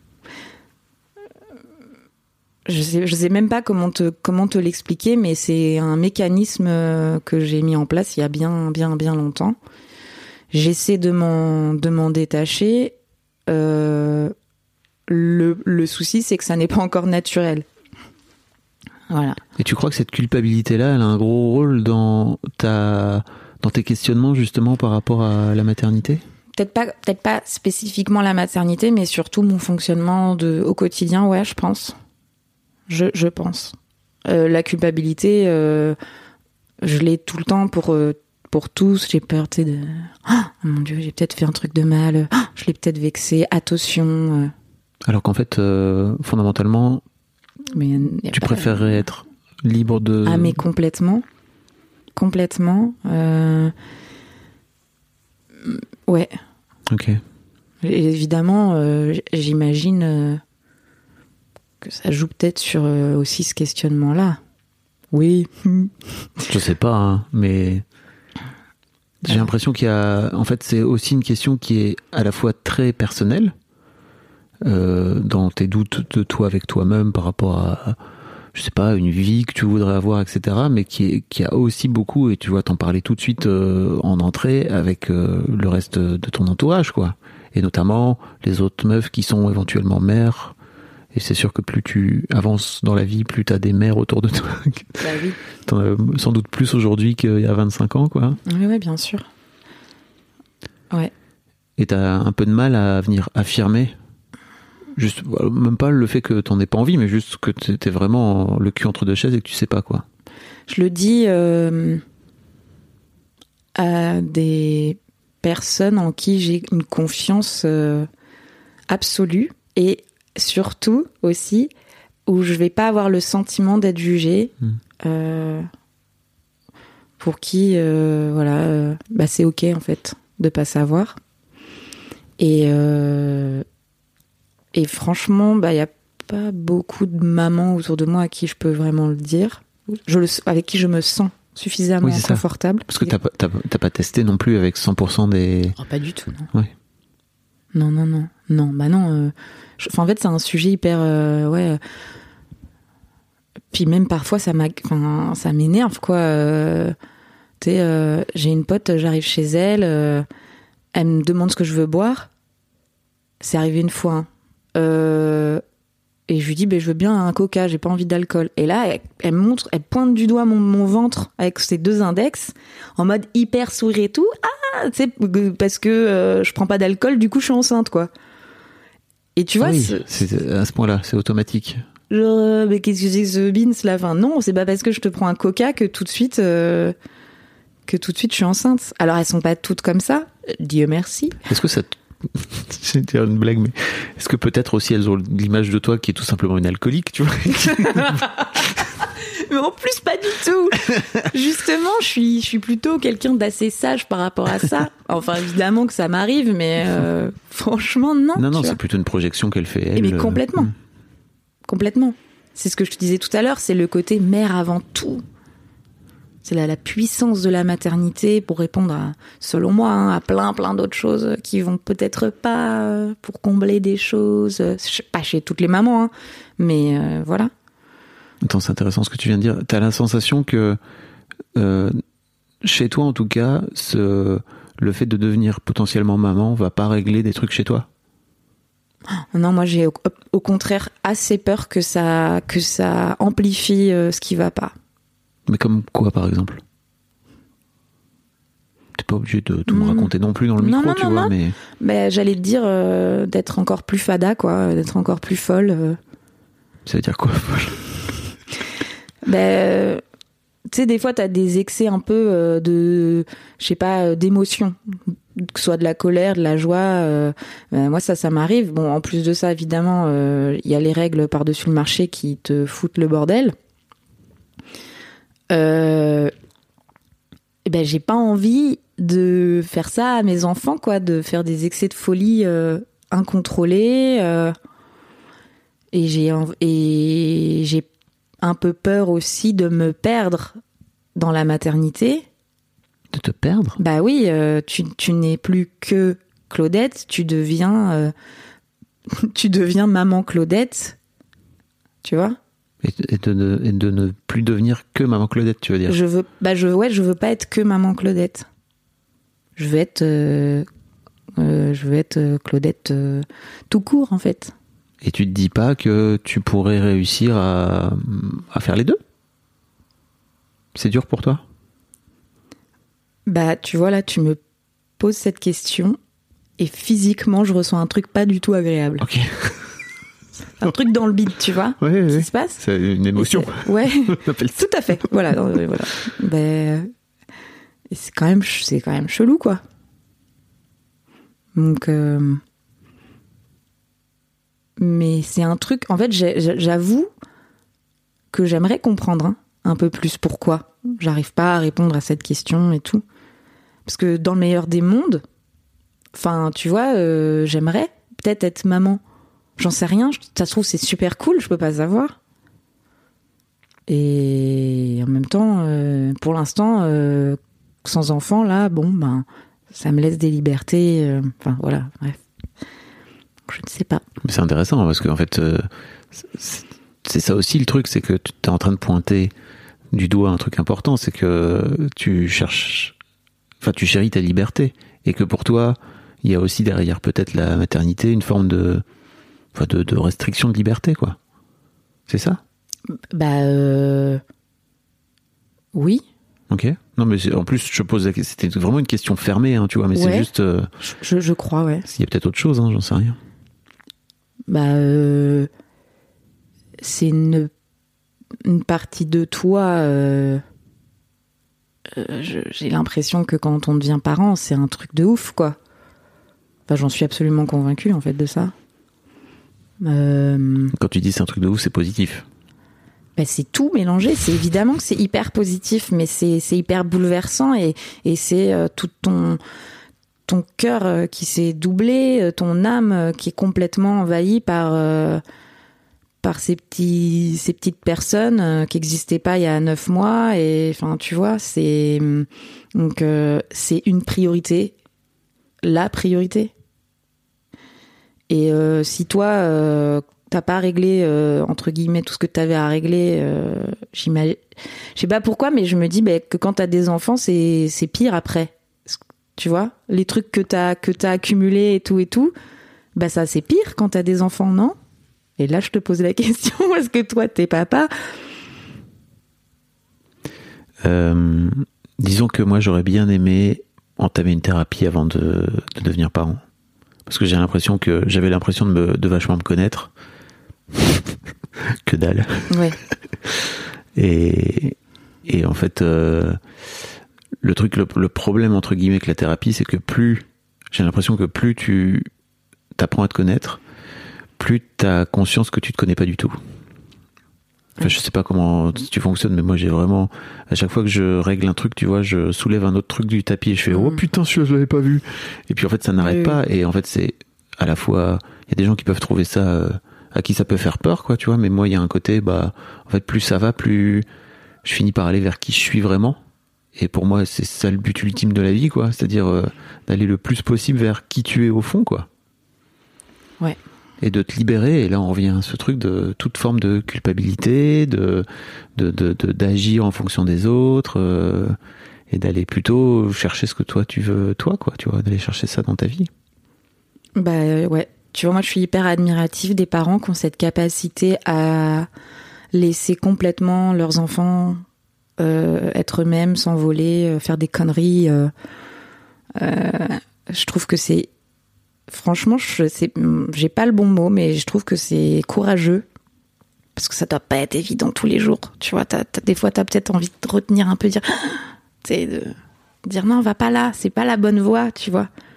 Je sais, je sais même pas comment te, comment te l'expliquer, mais c'est un mécanisme que j'ai mis en place il y a bien, bien, bien longtemps. J'essaie de m'en, de m'en détacher. Euh, le, le souci, c'est que ça n'est pas encore naturel. Voilà. Et tu crois que cette culpabilité-là, elle a un gros rôle dans ta, dans tes questionnements justement par rapport à la maternité ? Peut-être pas, peut-être pas spécifiquement la maternité, mais surtout mon fonctionnement de, au quotidien, ouais, je pense. Je, je pense. Euh, la culpabilité, euh, je l'ai tout le temps pour, euh, pour tous. J'ai peur, tu sais, de... Oh mon Dieu, j'ai peut-être fait un truc de mal. Oh, je l'ai peut-être vexé. Attention. Euh. Alors qu'en fait, euh, fondamentalement, mais tu pas... préférerais être libre de... Ah, mais complètement. Complètement. Euh... Ouais. Ok. Et évidemment, euh, j'imagine... Euh... que ça joue peut-être sur euh, aussi ce questionnement-là. Oui. Je sais pas, hein, mais j'ai l'impression qu'il y a... En fait, c'est aussi une question qui est à la fois très personnelle, euh, dans tes doutes de toi avec toi-même par rapport à, je sais pas, une vie que tu voudrais avoir, et cetera, mais qui, est, qui a aussi beaucoup, et tu vois, t'en parler tout de suite euh, en entrée avec euh, le reste de ton entourage, quoi. Et notamment les autres meufs qui sont éventuellement mères. Et c'est sûr que plus tu avances dans la vie, plus t'as des mères autour de toi. Bah oui. T'en as sans doute plus aujourd'hui qu'il y a vingt-cinq ans, quoi. Oui, oui, bien sûr. Ouais. Et t'as un peu de mal à venir affirmer, juste, même pas le fait que t'en aies pas envie, mais juste que t'es vraiment le cul entre deux chaises et que tu sais pas, quoi. Je le dis euh, à des personnes en qui j'ai une confiance euh, absolue, et surtout aussi où je vais pas avoir le sentiment d'être jugée, mmh. euh, pour qui euh, voilà euh, bah c'est ok en fait de pas savoir, et euh, et franchement bah il y a pas beaucoup de mamans autour de moi à qui je peux vraiment le dire, je le, avec qui je me sens suffisamment oui, confortable. Parce que t'as pas, t'as, t'as pas testé non plus avec cent pour cent des... Oh, pas du tout, non. Ouais. Non, non, non. Non, bah non. Euh, je, en fait, c'est un sujet hyper... Euh, ouais. Euh, puis même parfois, ça, m'a, ça m'énerve, quoi. Euh, tu sais, euh, j'ai une pote, j'arrive chez elle, euh, elle me demande ce que je veux boire. C'est arrivé une fois. Hein. Euh, et je lui dis, bah, je veux bien un coca, j'ai pas envie d'alcool. Et là, elle, elle montre, elle pointe du doigt mon, mon ventre avec ses deux index, en mode hyper sourire et tout. Ah, tu sais, parce que euh, je prends pas d'alcool, du coup, je suis enceinte, quoi. Et tu vois, ah oui, c'est... c'est à ce point-là, c'est automatique. Genre, euh, mais qu'est-ce que c'est que ce beans là? Enfin, non, c'est pas parce que je te prends un coca que tout de suite, euh, que tout de suite je suis enceinte. Alors, elles sont pas toutes comme ça, Dieu merci. Est-ce que ça te... c'est une blague, mais est-ce que peut-être aussi elles ont l'image de toi qui est tout simplement une alcoolique, tu vois? Mais en plus, pas du tout. Justement, je suis, je suis plutôt quelqu'un d'assez sage par rapport à ça. Enfin, évidemment que ça m'arrive, mais euh, franchement, non. Non, non, c'est vois. Plutôt une projection qu'elle fait, elle. Et mais complètement. Euh... Complètement. C'est ce que je te disais tout à l'heure, c'est le côté mère avant tout. C'est la, la puissance de la maternité pour répondre, à, selon moi, hein, à plein, plein d'autres choses qui vont peut-être pas euh, pour combler des choses. Pas chez toutes les mamans, hein, mais euh, voilà. Attends, c'est intéressant ce que tu viens de dire. T'as la sensation que, euh, chez toi en tout cas, ce, le fait de devenir potentiellement maman va pas régler des trucs chez toi? Non, moi j'ai au, au contraire assez peur que ça, que ça amplifie euh, ce qui va pas. Mais comme quoi, par exemple? T'es pas obligé de tout mmh. me raconter non plus dans le micro, non, non, tu non, vois, non. mais... mais j'allais te dire euh, d'être encore plus fada, quoi, d'être encore plus folle. Euh. Ça veut dire quoi, folle? Ben, euh, tu sais, des fois, t'as des excès un peu euh, de, je sais pas, d'émotion. que ce soit de la colère, de la joie. Euh, euh, moi, ça, ça m'arrive. Bon, en plus de ça, évidemment, il euh, y a les règles par-dessus le marché qui te foutent le bordel. Euh, et ben, j'ai pas envie de faire ça à mes enfants, quoi, de faire des excès de folie euh, incontrôlés. Euh, et j'ai et j'ai un peu peur aussi de me perdre dans la maternité. De te perdre ? Bah oui, euh, tu, tu n'es plus que Claudette, tu deviens, euh, tu deviens maman Claudette, tu vois ? Et, et, de, et de ne plus devenir que maman Claudette, tu veux dire ? Je veux, bah je, ouais, je veux pas être que maman Claudette. Je veux être, euh, euh, je veux être Claudette euh, tout court en fait. Et tu te dis pas que tu pourrais réussir à, à faire les deux ? C'est dur pour toi ? Bah, tu vois, là, tu me poses cette question et physiquement, je ressens un truc pas du tout agréable. Ok. Un truc dans le bide, tu vois, ouais, qui ouais. se passe. C'est une émotion. C'est... Ouais, tout à fait. Voilà, euh, voilà. Ben, et c'est quand même, c'est quand même chelou, quoi. Donc, euh... mais c'est un truc. En fait, j'avoue que j'aimerais comprendre hein, un peu plus pourquoi j'arrive pas à répondre à cette question et tout. Parce que dans le meilleur des mondes, enfin, tu vois, euh, j'aimerais peut-être être maman. J'en sais rien. Ça se trouve, c'est super cool. Je peux pas savoir. Et en même temps, euh, pour l'instant, euh, sans enfant, là, bon, ben, ça me laisse des libertés. Euh, enfin, voilà, bref. Je ne sais pas. C'est intéressant parce qu'en fait, euh, c'est, c'est ça aussi le truc, c'est que tu es en train de pointer du doigt un truc important, c'est que tu cherches, enfin, tu chéris ta liberté et que pour toi, il y a aussi derrière peut-être la maternité une forme de, enfin, de, de restriction de liberté, quoi. C'est ça ? Bah, euh... oui. Ok. Non, mais c'est, en plus, je pose la question, c'était vraiment une question fermée, hein, tu vois, mais ouais. C'est juste. Euh, je, je crois, ouais. S'il y a peut-être autre chose, hein, j'en sais rien. Bah, euh, c'est une, une partie de toi. Euh, euh, je, j'ai l'impression que quand on devient parent, c'est un truc de ouf, quoi. Enfin, j'en suis absolument convaincue, en fait, de ça. Euh, quand tu dis c'est un truc de ouf, c'est positif. Bah, c'est tout mélangé. C'est évidemment que c'est hyper positif, mais c'est, c'est hyper bouleversant et, et c'est euh, tout ton. ton cœur euh, qui s'est doublé, euh, ton âme euh, qui est complètement envahie par euh, par ces petits ces petites personnes euh, qui n'existaient pas il y a neuf mois et enfin tu vois c'est donc euh, c'est une priorité, la priorité. Et euh, si toi euh, t'as pas réglé euh, entre guillemets tout ce que t'avais à régler, euh, j'imagine, je sais pas pourquoi, mais je me dis bah, que quand t'as des enfants c'est c'est pire après. Tu vois, les trucs que t'as, que t'as accumulés et tout et tout, bah ça c'est pire quand t'as des enfants, non ? Et là je te pose la question, est-ce que toi t'es papa ? euh, Disons que moi j'aurais bien aimé entamer une thérapie avant de, de devenir parent. Parce que j'ai l'impression que, j'avais l'impression de, me, de vachement me connaître. Que dalle. Ouais. Et, et en fait... Euh, Le truc, le, le problème entre guillemets avec la thérapie, c'est que plus, j'ai l'impression que plus tu t'apprends à te connaître, plus t'as conscience que tu te connais pas du tout. Enfin, je sais pas comment tu fonctionnes, mais moi j'ai vraiment, à chaque fois que je règle un truc, tu vois, je soulève un autre truc du tapis et je fais mmh. oh putain, celui-là je l'avais pas vu. Et puis en fait ça n'arrête oui. pas. Et en fait c'est à la fois, il y a des gens qui peuvent trouver ça, euh, à qui ça peut faire peur, quoi, tu vois. Mais moi il y a un côté, bah, en fait plus ça va, plus je finis par aller vers qui je suis vraiment. Et pour moi, c'est ça le but ultime de la vie, quoi. C'est-à-dire euh, d'aller le plus possible vers qui tu es au fond, quoi. Ouais. Et de te libérer. Et là, on revient à ce truc de toute forme de culpabilité, de, de, de, de d'agir en fonction des autres, euh, et d'aller plutôt chercher ce que toi tu veux, toi, quoi. Tu vois, d'aller chercher ça dans ta vie. Bah euh, ouais. Tu vois, moi, je suis hyper admirative des parents qui ont cette capacité à laisser complètement leurs enfants. Euh, être eux-mêmes, s'envoler, euh, faire des conneries. Euh, euh, je trouve que c'est... Franchement, je, c'est, j'ai pas le bon mot, mais je trouve que c'est courageux. Parce que ça doit pas être évident tous les jours. Tu vois, t'as, t'as, des fois, t'as peut-être envie de retenir un peu, dire... Tu sais, de dire non, va pas là, c'est pas la bonne voie, tu vois.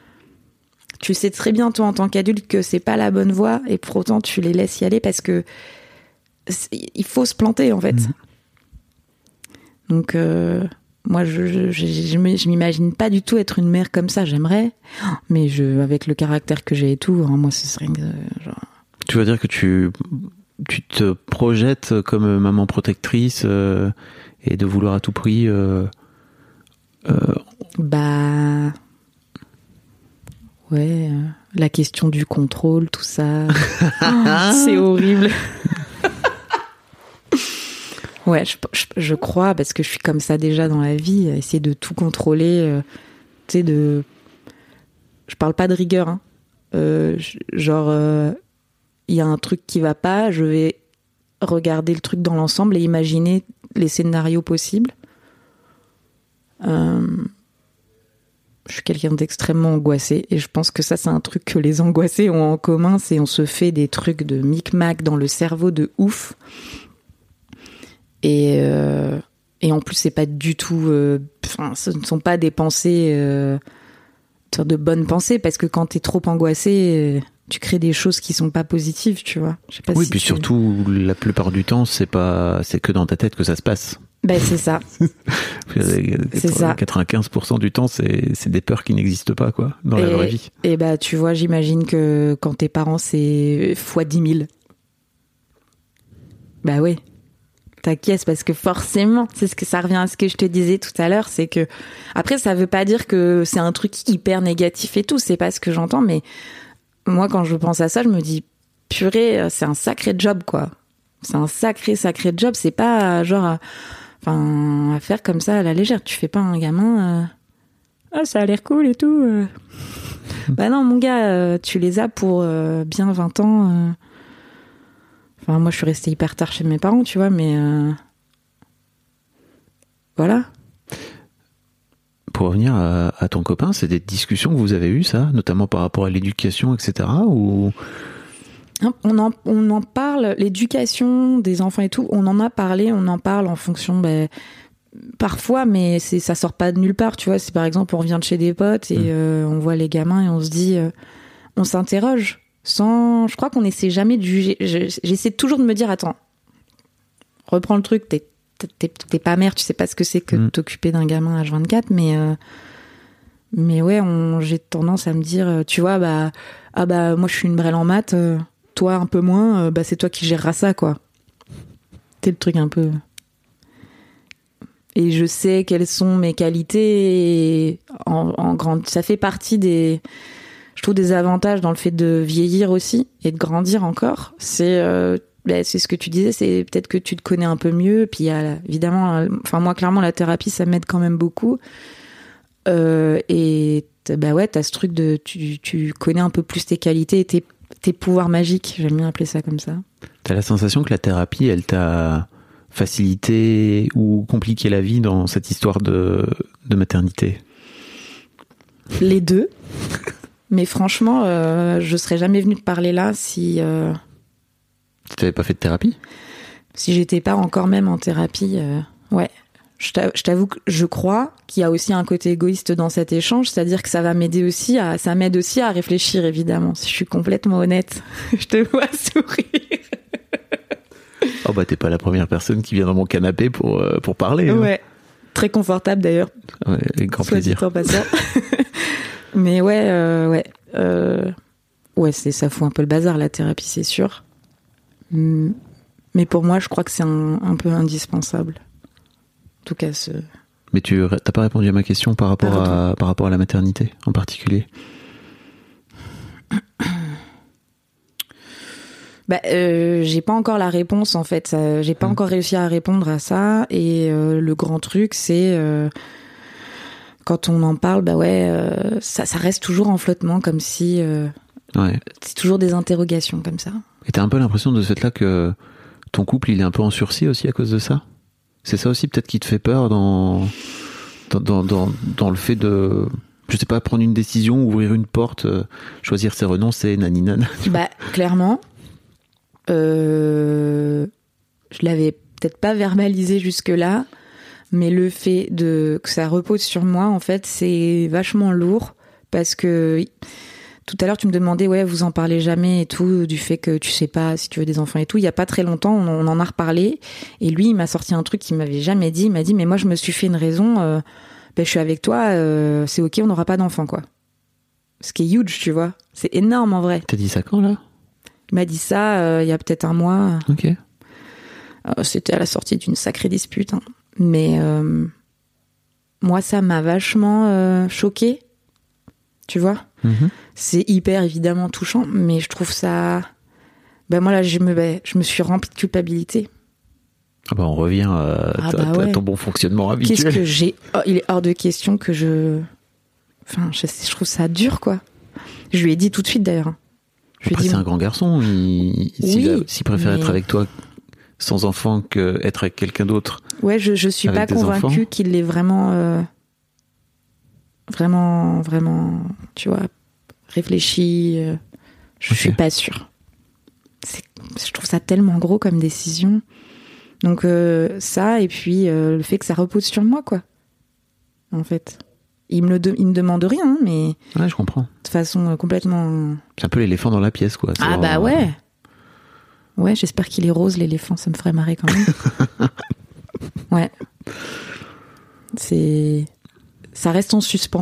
tu sais très bien toi en tant qu'adulte que c'est pas la bonne voie et pour autant tu les laisses y aller parce que il faut se planter en fait. Mmh. Donc euh, moi je je, je je je m'imagine pas du tout être une mère comme ça. J'aimerais, mais je avec le caractère que j'ai et tout, hein, moi ce serait euh, genre. Tu veux dire que tu tu te projettes comme maman protectrice euh, et de vouloir à tout prix. Euh, euh... Bah. Ouais, euh, la question du contrôle, tout ça. Oh, c'est horrible. Ouais, je, je, je crois, parce que je suis comme ça déjà dans la vie, essayer de tout contrôler. Euh, tu sais, de. Je parle pas de rigueur, hein. Euh, genre, il euh, y a un truc qui va pas, je vais regarder le truc dans l'ensemble et imaginer les scénarios possibles. Euh. Je suis quelqu'un d'extrêmement angoissé et je pense que ça c'est un truc que les angoissés ont en commun, c'est on se fait des trucs de micmac dans le cerveau de ouf et euh, et en plus c'est pas du tout euh, enfin ce ne sont pas des pensées euh, de bonnes pensées parce que quand t'es trop angoissé euh, tu crées des choses qui sont pas positives, tu vois. Je sais pas oui si puis tu... surtout la plupart du temps c'est pas c'est que dans ta tête que ça se passe. Ben c'est ça. C'est ça. quatre-vingt-quinze pour cent du temps, c'est, c'est des peurs qui n'existent pas, quoi, dans et, la vraie vie. Et bah, tu vois, j'imagine que quand t'es parent, c'est fois dix mille. Bah oui. T'acquiesces parce que forcément, c'est ce que ça revient à ce que je te disais tout à l'heure, c'est que après, ça veut pas dire que c'est un truc hyper négatif et tout, c'est pas ce que j'entends, mais moi, quand je pense à ça, je me dis, purée, c'est un sacré job, quoi. C'est un sacré, sacré job. C'est pas genre, enfin, à faire comme ça à la légère. Tu fais pas un gamin, euh, ah, ça a l'air cool et tout. Euh. Bah non, mon gars, euh, tu les as pour euh, bien vingt ans. Euh. Enfin, moi, je suis restée hyper tard chez mes parents, tu vois, mais euh... voilà. Pour revenir à, à ton copain, c'est des discussions que vous avez eues, ça, notamment par rapport à l'éducation, et cetera, ou... On en, on en parle, l'éducation des enfants et tout, on en a parlé, on en parle en fonction, ben, parfois, mais c'est, ça sort pas de nulle part, tu vois. C'est par exemple, on revient de chez des potes et mmh. euh, on voit les gamins et on se dit, euh, on s'interroge, sans, je crois qu'on essaie jamais de juger. Je, j'essaie toujours de me dire, attends, reprends le truc, t'es, t'es, t'es pas mère, tu sais pas ce que c'est que mmh. de t'occuper d'un gamin H vingt-quatre, mais, euh, mais ouais, on, j'ai tendance à me dire, tu vois, bah, ah bah, moi je suis une brêle en maths, euh, toi un peu moins, euh, bah c'est toi qui géreras ça, quoi. C'est le truc un peu. Et je sais quelles sont mes qualités en, en grande. Ça fait partie des, je trouve, des avantages dans le fait de vieillir aussi et de grandir encore. C'est, euh, bah, c'est ce que tu disais, c'est peut-être que tu te connais un peu mieux. Puis il y a évidemment, enfin moi clairement la thérapie ça m'aide quand même beaucoup. Euh, et bah ouais, t'as ce truc de, tu, tu connais un peu plus tes qualités et tes tes pouvoirs magiques, j'aime bien appeler ça comme ça. T'as la sensation que la thérapie, elle t'a facilité ou compliqué la vie dans cette histoire de, de maternité? Les deux. Mais franchement, euh, je serais jamais venue te parler là si... Euh... Tu t'avais pas fait de thérapie? Si j'étais pas encore même en thérapie, euh... ouais. Je t'avoue que je crois qu'il y a aussi un côté égoïste dans cet échange, c'est-à-dire que ça va m'aider aussi à, ça m'aide aussi à réfléchir, évidemment. Si je suis complètement honnête, je te vois sourire. Oh bah t'es pas la première personne qui vient dans mon canapé pour euh, pour parler. Ouais, hein. Très confortable d'ailleurs. Ouais, avec grand plaisir. En passant. Mais ouais, euh, ouais, euh, ouais, c'est ça fout un peu le bazar la thérapie, c'est sûr. Mais pour moi, je crois que c'est un, un peu indispensable. En tout cas, ce... Mais tu t'as pas répondu à ma question par rapport à, par rapport à la maternité en particulier. Bah, euh, j'ai pas encore la réponse en fait. Ça, j'ai pas mmh. encore réussi à répondre à ça. Et euh, le grand truc, c'est euh, quand on en parle, bah ouais, euh, ça, ça reste toujours en flottement, comme si euh, ouais. c'est toujours des interrogations comme ça. Et t'as un peu l'impression de ce fait-là que ton couple, il est un peu en sursis aussi à cause de ça. C'est ça aussi peut-être qui te fait peur dans, dans, dans, dans, dans le fait de, je sais pas, prendre une décision, ouvrir une porte, euh, choisir ses renoncer, naninan. Bah, clairement, euh, je l'avais peut-être pas verbalisé jusque-là, mais le fait de, que ça repose sur moi, en fait, c'est vachement lourd parce que tout à l'heure, tu me demandais, ouais, vous en parlez jamais et tout, du fait que tu sais pas si tu veux des enfants et tout. Il y a pas très longtemps, on, on en a reparlé. Et lui, il m'a sorti un truc qu'il m'avait jamais dit. Il m'a dit, mais moi, je me suis fait une raison. Euh, ben, je suis avec toi. Euh, c'est ok, on n'aura pas d'enfants, quoi. Ce qui est huge, tu vois. C'est énorme, en vrai. T'as dit ça quand, là? Il m'a dit ça euh, il y a peut-être un mois. Ok. Euh, c'était à la sortie d'une sacrée dispute. Hein. Mais euh, moi, ça m'a vachement euh, choquée. Tu vois? Mm-hmm. C'est hyper évidemment touchant, mais je trouve ça. Ben moi là, je me, ben, je me suis remplie de culpabilité. Ah bah on revient à, ah t- bah t- ouais. ton bon fonctionnement habituel. Qu'est-ce que j'ai. Oh, il est hors de question que je. Enfin, je, je trouve ça dur, quoi. Je lui ai dit tout de suite d'ailleurs. Je Après, lui ai dit, c'est un grand garçon. Il, oui, s'il, a, s'il préfère mais... être avec toi sans enfant qu'être avec quelqu'un d'autre. Ouais, je, je suis pas convaincue enfants. qu'il l'ait vraiment. Euh... Vraiment, vraiment, tu vois, réfléchi. Euh... Je okay. suis pas sûre. C'est... Je trouve ça tellement gros comme décision. Donc, euh, ça, et puis euh, le fait que ça repose sur moi, quoi. En fait. Il me, le de... Il me demande rien, hein, mais. Ouais, je comprends. De façon euh, complètement. C'est un peu l'éléphant dans la pièce, quoi. C'est ah, vraiment... bah ouais. Ouais, j'espère qu'il est rose, l'éléphant, ça me ferait marrer quand même. Ouais. C'est. Ça reste en suspens.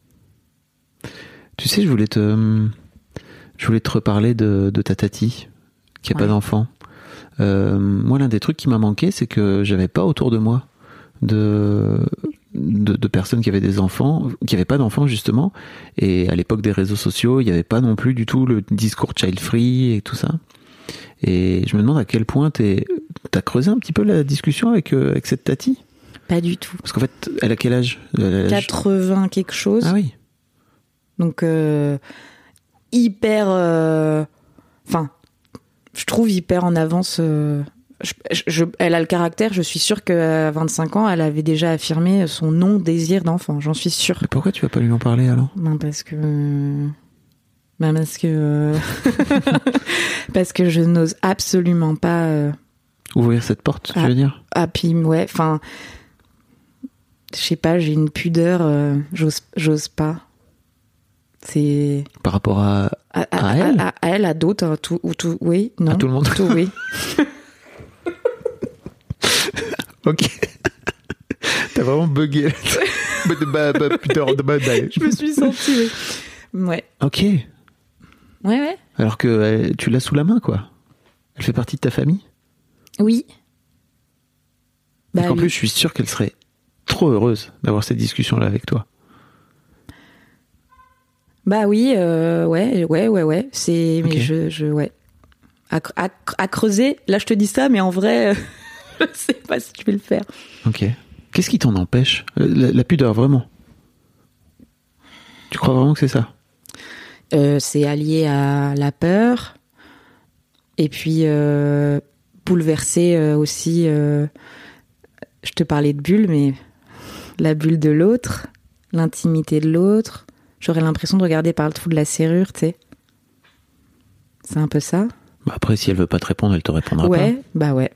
Tu sais, je voulais te, je voulais te reparler de, de ta tati, qui a ouais. pas d'enfant. Euh, moi, l'un des trucs qui m'a manqué, c'est que j'avais pas autour de moi de, de, de personnes qui avaient des enfants, qui avaient pas d'enfants justement. Et à l'époque des réseaux sociaux, il y avait pas non plus du tout le discours child free et tout ça. Et je me demande à quel point t'es, t'as creusé un petit peu la discussion avec, euh, avec cette tati. Pas du tout. Parce qu'en fait, elle a quel âge? Elle a l'âge... quatre-vingts quelque chose. Ah oui. Donc, euh, hyper... Enfin, euh, je trouve hyper en avance. Euh, je, je, elle a le caractère, je suis sûre qu'à vingt-cinq ans, elle avait déjà affirmé son non-désir d'enfant. J'en suis sûre. Mais pourquoi tu vas pas lui en parler alors? Non, parce que... Ben parce que... parce que je n'ose absolument pas... Euh... Ouvrir cette porte, ah, tu veux dire? Ah, puis ouais, enfin... Je sais pas, j'ai une pudeur, euh, j'ose, j'ose pas. C'est... Par rapport à, à, à, à elle à, à elle, à d'autres, à tout, ou tout, oui, non. À tout le monde tout, oui. Ok. T'as vraiment bugué. Je me suis sentie, oui. Ouais. Ok. Ouais, ouais. Alors que euh, tu l'as sous la main, quoi. Elle fait partie de ta famille? Oui. Bah, en oui. plus, je suis sûr qu'elle serait trop heureuse d'avoir cette discussion-là avec toi. Bah oui, euh, ouais, ouais, ouais, ouais. C'est, mais okay. je, je, ouais. À, à, à creuser. Là, je te dis ça, mais en vrai, euh, je sais pas si je vais le faire. Ok. Qu'est-ce qui t'en empêche? La, la pudeur, vraiment? Tu crois vraiment que c'est ça? euh, C'est allié à la peur. Et puis, euh, bouleverser euh, aussi. Euh, je te parlais de bulle, mais la bulle de l'autre, l'intimité de l'autre. J'aurais l'impression de regarder par le trou de la serrure, tu sais. C'est un peu ça. Bah après, si elle veut pas te répondre, elle te répondra ouais, pas. Ouais, bah ouais.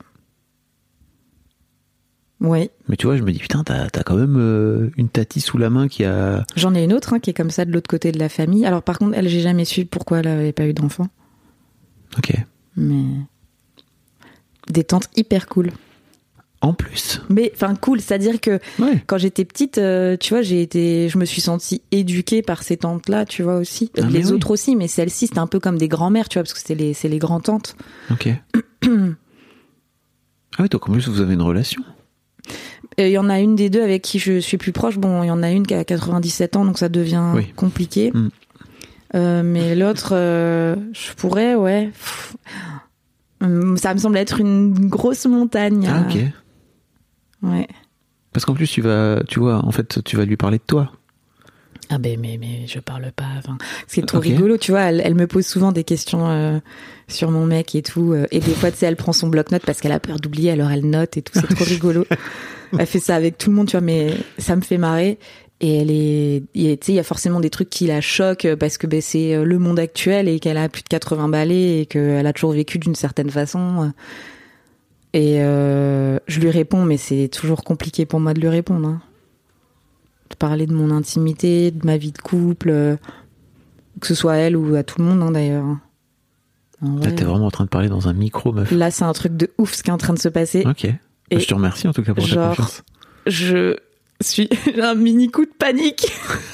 Ouais. Mais tu vois, je me dis, putain, t'as, t'as quand même euh, une tati sous la main qui a... J'en ai une autre hein, qui est comme ça de l'autre côté de la famille. Alors par contre, elle, j'ai jamais su pourquoi elle avait pas eu d'enfant. Ok. Mais... Des tantes hyper cool. En plus. Mais enfin cool, c'est-à-dire que ouais. Quand j'étais petite, euh, tu vois, j'ai été, je me suis sentie éduquée par ces tantes-là, tu vois aussi. Ah, les autres oui. aussi, mais celle-ci c'était un peu comme des grands-mères, tu vois, parce que c'est les, c'est les grands-tantes. Ok. Ah oui, donc en plus vous avez une relation. Il y en a une des deux avec qui je suis plus proche. Bon, il y en a une qui a quatre-vingt-dix-sept ans, donc ça devient oui. compliqué. Mm. Euh, mais l'autre, euh, je pourrais, ouais. Pff, ça me semble être une grosse montagne. Ah ok. Ouais. Parce qu'en plus tu vas, tu vois, en fait, tu vas lui parler de toi. Ah ben mais mais je parle pas. Enfin, c'est trop okay. rigolo, tu vois. Elle, elle me pose souvent des questions euh, sur mon mec et tout. Euh, et des fois, tu sais, elle prend son bloc-notes parce qu'elle a peur d'oublier, alors elle note et tout. C'est trop rigolo. Elle fait ça avec tout le monde, tu vois. Mais ça me fait marrer. Et elle est, tu sais, il y a forcément des trucs qui la choquent parce que ben c'est le monde actuel et qu'elle a plus de quatre-vingts balais et qu'elle a toujours vécu d'une certaine façon. Et euh, je lui réponds, mais c'est toujours compliqué pour moi de lui répondre. Hein. De parler de mon intimité, de ma vie de couple. Que ce soit à elle ou à tout le monde, hein, d'ailleurs. En vrai, là, t'es vraiment en train de parler dans un micro, meuf. Là, c'est un truc de ouf ce qui est en train de se passer. Ok. Et je te remercie en tout cas pour genre, ta confiance. Je suis... J'ai un mini coup de panique.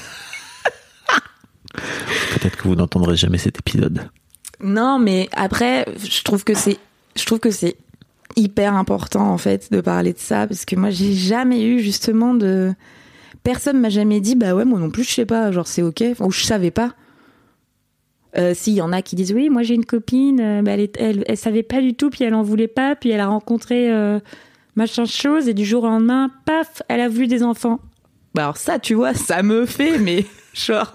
Peut-être que vous n'entendrez jamais cet épisode. Non, mais après, je trouve que c'est, je trouve que c'est hyper important en fait de parler de ça, parce que moi, j'ai jamais eu justement de... Personne m'a jamais dit, bah ouais, moi non plus, je sais pas, genre c'est ok, ou je savais pas. Euh, si, il y en a qui disent, oui, moi j'ai une copine, euh, bah, elle, est, elle, elle savait pas du tout, puis elle en voulait pas, puis elle a rencontré euh, machin chose, et du jour au lendemain, paf, elle a voulu des enfants. Bah alors ça, tu vois, ça me fait, mais genre...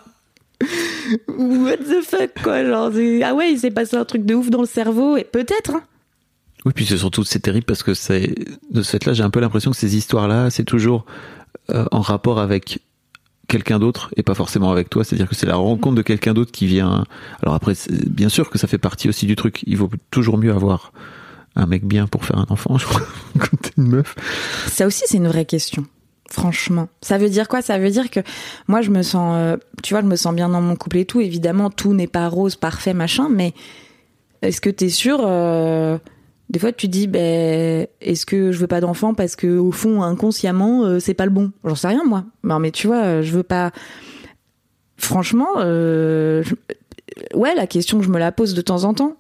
What the fuck, quoi, genre, ah ouais, il s'est passé un truc de ouf dans le cerveau, et peut-être, hein. Oui, puis c'est surtout, c'est terrible parce que c'est, de ce fait-là, j'ai un peu l'impression que ces histoires-là, c'est toujours euh, en rapport avec quelqu'un d'autre et pas forcément avec toi, c'est-à-dire que c'est la rencontre de quelqu'un d'autre qui vient. Alors après, c'est, bien sûr que ça fait partie aussi du truc, il vaut toujours mieux avoir un mec bien pour faire un enfant, je crois, quand t'es une meuf. Ça aussi, c'est une vraie question. Franchement, ça veut dire quoi ? Ça veut dire que moi, je me sens, euh, tu vois, je me sens bien dans mon couple et tout. Évidemment, tout n'est pas rose, parfait, machin. Mais est-ce que t'es sûr euh, Des fois, tu dis, ben, est-ce que je veux pas d'enfant parce que au fond, inconsciemment, euh, c'est pas le bon. J'en sais rien, moi. Non, mais tu vois, je veux pas. Franchement, euh, je... ouais, la question, je me la pose de temps en temps.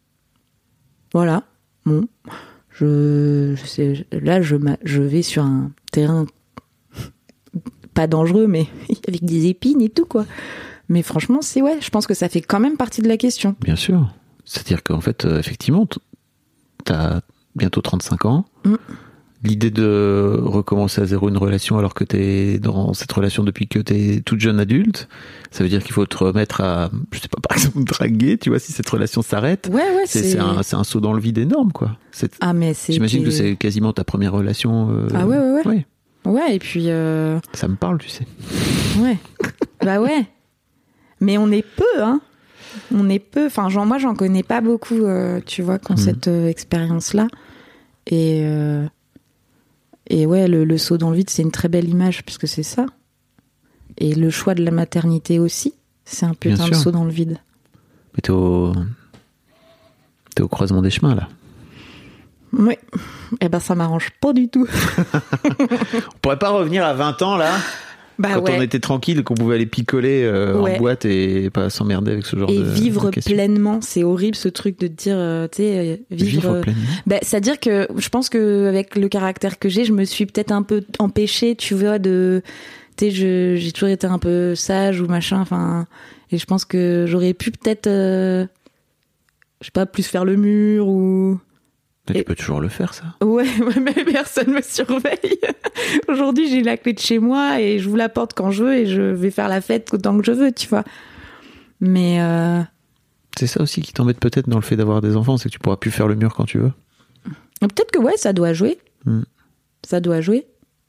Voilà. Bon, je, je sais, là, je, je vais sur un terrain pas dangereux, mais avec des épines et tout, quoi. Mais franchement, c'est ouais, je pense que ça fait quand même partie de la question. Bien sûr. C'est-à-dire qu'en fait, euh, effectivement, t'as bientôt trente-cinq ans. Mm. L'idée de recommencer à zéro une relation alors que t'es dans cette relation depuis que t'es toute jeune adulte, ça veut dire qu'il faut te remettre à, je sais pas, par exemple, draguer, tu vois, si cette relation s'arrête. Ouais, ouais, c'est, c'est... c'est, un, c'est un saut dans le vide énorme, quoi. C'est... Ah, mais c'est... J'imagine que c'est quasiment ta première relation. Euh... Ah ouais, ouais, ouais. Ouais, ouais et puis... Euh... Ça me parle, tu sais. Ouais. Bah ouais. Mais on est peu, hein. On est peu. Enfin, genre, moi, j'en connais pas beaucoup, euh, tu vois, qui ont mmh. cette euh, expérience-là. Et... Euh... Et ouais, le, le saut dans le vide, c'est une très belle image, puisque c'est ça. Et le choix de la maternité aussi, c'est un putain de saut dans le vide. Mais t'es au... t'es au croisement des chemins, là. Oui. Eh ben, ça m'arrange pas du tout. On pourrait pas revenir à vingt ans, là, bah quand ouais. on était tranquille, qu'on pouvait aller picoler euh, ouais. en boîte et pas s'emmerder avec ce genre et de... Et vivre de pleinement, c'est horrible ce truc de te dire, euh, tu sais, vivre... Vivre pleinement. Bah, c'est-à-dire que je pense qu'avec le caractère que j'ai, je me suis peut-être un peu empêchée, tu vois, de... Tu sais, je, j'ai toujours été un peu sage ou machin, enfin... Et je pense que j'aurais pu peut-être, euh, je sais pas, plus faire le mur ou... Mais et... tu peux toujours le faire, ça. Ouais, ouais, mais personne me surveille. Aujourd'hui, j'ai la clé de chez moi et je vous la porte quand je veux et je vais faire la fête autant que je veux, tu vois. Mais... Euh... C'est ça aussi qui t'embête peut-être dans le fait d'avoir des enfants, c'est que tu pourras plus faire le mur quand tu veux. Peut-être que ouais, ça doit jouer. Mm. Ça doit jouer.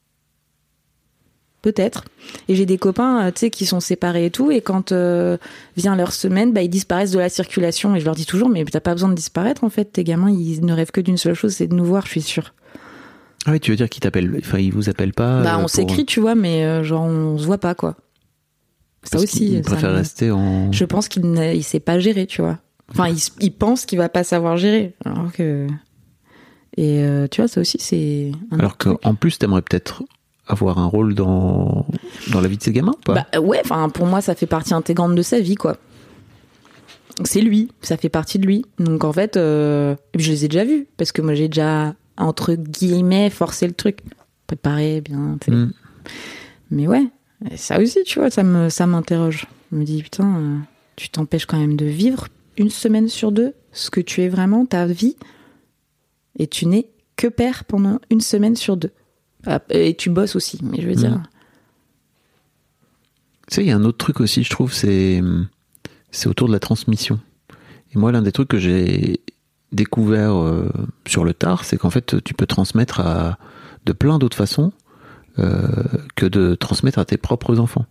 Peut-être. Et j'ai des copains, tu sais, qui sont séparés et tout, et quand euh, vient leur semaine, bah, ils disparaissent de la circulation. Et je leur dis toujours, mais t'as pas besoin de disparaître, en fait. Tes gamins, ils ne rêvent que d'une seule chose, c'est de nous voir, je suis sûre. Ah oui, tu veux dire qu'ils t'appellent, enfin, ils vous appellent pas. Bah, euh, on pour... s'écrit, tu vois, mais euh, genre, on se voit pas, quoi. Ça Parce aussi. Ils préfèrent me... rester en. Je pense qu'il ne il sait pas gérer, tu vois. Enfin, il, il pense qu'il va pas savoir gérer. Alors que. Et euh, tu vois, ça aussi, c'est. Un Alors qu'en plus, t'aimerais peut-être avoir un rôle dans, dans la vie de ces gamins ou pas ? Bah ouais, enfin pour moi ça fait partie intégrante de sa vie, quoi. C'est lui, ça fait partie de lui. Donc en fait, euh, je les ai déjà vus, parce que moi j'ai déjà, entre guillemets, forcé le truc. Préparé, bien, tu sais. Mm. Mais ouais, ça aussi, tu vois, ça, me, ça m'interroge. Je me dis, putain, euh, tu t'empêches quand même de vivre une semaine sur deux, ce que tu es vraiment, ta vie, et tu n'es que père pendant une semaine sur deux. Et tu bosses aussi, mais je veux dire... Tu sais, il y a un autre truc aussi, je trouve, c'est, c'est autour de la transmission. Et moi, l'un des trucs que j'ai découvert euh, sur le tard, c'est qu'en fait, tu peux transmettre à, de plein d'autres façons euh, que de transmettre à tes propres enfants.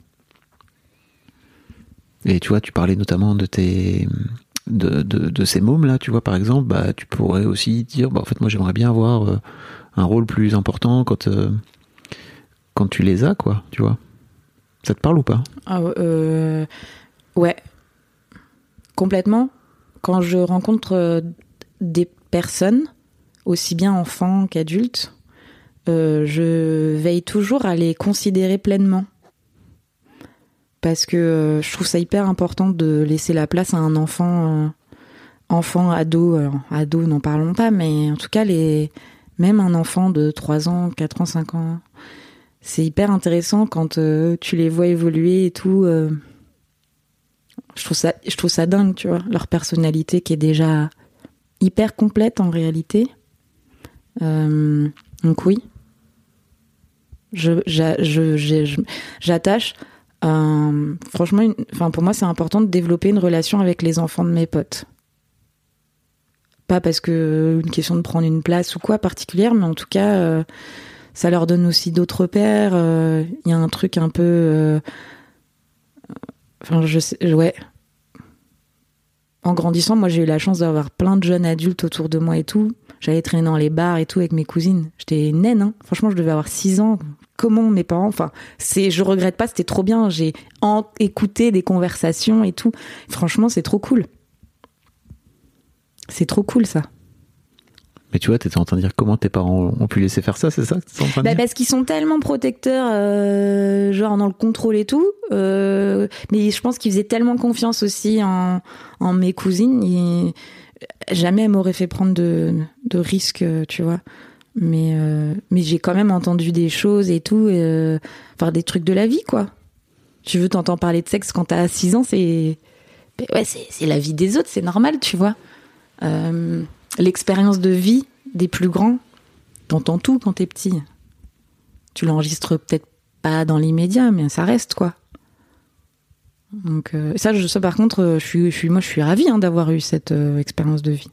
Et tu vois, tu parlais notamment de tes... de, de, de ces mômes-là, tu vois, par exemple, bah, tu pourrais aussi dire, bah, en fait, moi, j'aimerais bien avoir... Euh, un rôle plus important quand euh, quand tu les as, quoi, tu vois. Ça te parle ou pas ? Ah euh, ouais, complètement. Quand je rencontre euh, des personnes, aussi bien enfants qu'adultes, euh, je veille toujours à les considérer pleinement. Parce que euh, je trouve ça hyper important de laisser la place à un enfant, euh, enfant, ado. Alors, ado, n'en parlons pas, mais en tout cas, les, même un enfant de trois ans, quatre ans, cinq ans, c'est hyper intéressant quand euh, tu les vois évoluer et tout. Euh, je trouve ça, je trouve ça dingue, tu vois, leur personnalité qui est déjà hyper complète en réalité. Euh, donc oui, je, j'a, je, je, je, j'attache. Euh, franchement, une, enfin pour moi, c'est important de développer une relation avec les enfants de mes potes. Pas parce que une question de prendre une place ou quoi particulière, mais en tout cas, euh, ça leur donne aussi d'autres repères. Il euh, y a un truc un peu, euh, enfin je sais, ouais. En grandissant, moi, j'ai eu la chance d'avoir plein de jeunes adultes autour de moi et tout. J'allais traîner dans les bars et tout avec mes cousines. J'étais naine, hein. Franchement, je devais avoir six ans. Comment mes parents, enfin, c'est, je regrette pas, c'était trop bien. J'ai en, écouté des conversations et tout. Franchement, c'est trop cool. C'est trop cool, ça. Mais tu vois, t'étais en train de dire comment tes parents ont pu laisser faire ça, c'est ça que t'étais en train de bah dire ? Parce qu'ils sont tellement protecteurs, euh, genre dans le contrôle et tout. Euh, mais je pense qu'ils faisaient tellement confiance aussi en, en mes cousines. Et jamais elles m'auraient fait prendre de, de risques, tu vois. Mais, euh, mais j'ai quand même entendu des choses et tout, euh, enfin des trucs de la vie, quoi. Tu veux, t'entends parler de sexe quand t'as six ans, c'est, ouais, c'est, c'est la vie des autres, c'est normal, tu vois. Euh, l'expérience de vie des plus grands, t'entends tout quand t'es petit. Tu l'enregistres peut-être pas dans l'immédiat, mais ça reste, quoi. Donc euh, ça, je, ça par contre, je suis, je suis, moi, je suis ravie hein, d'avoir eu cette euh, expérience de vie.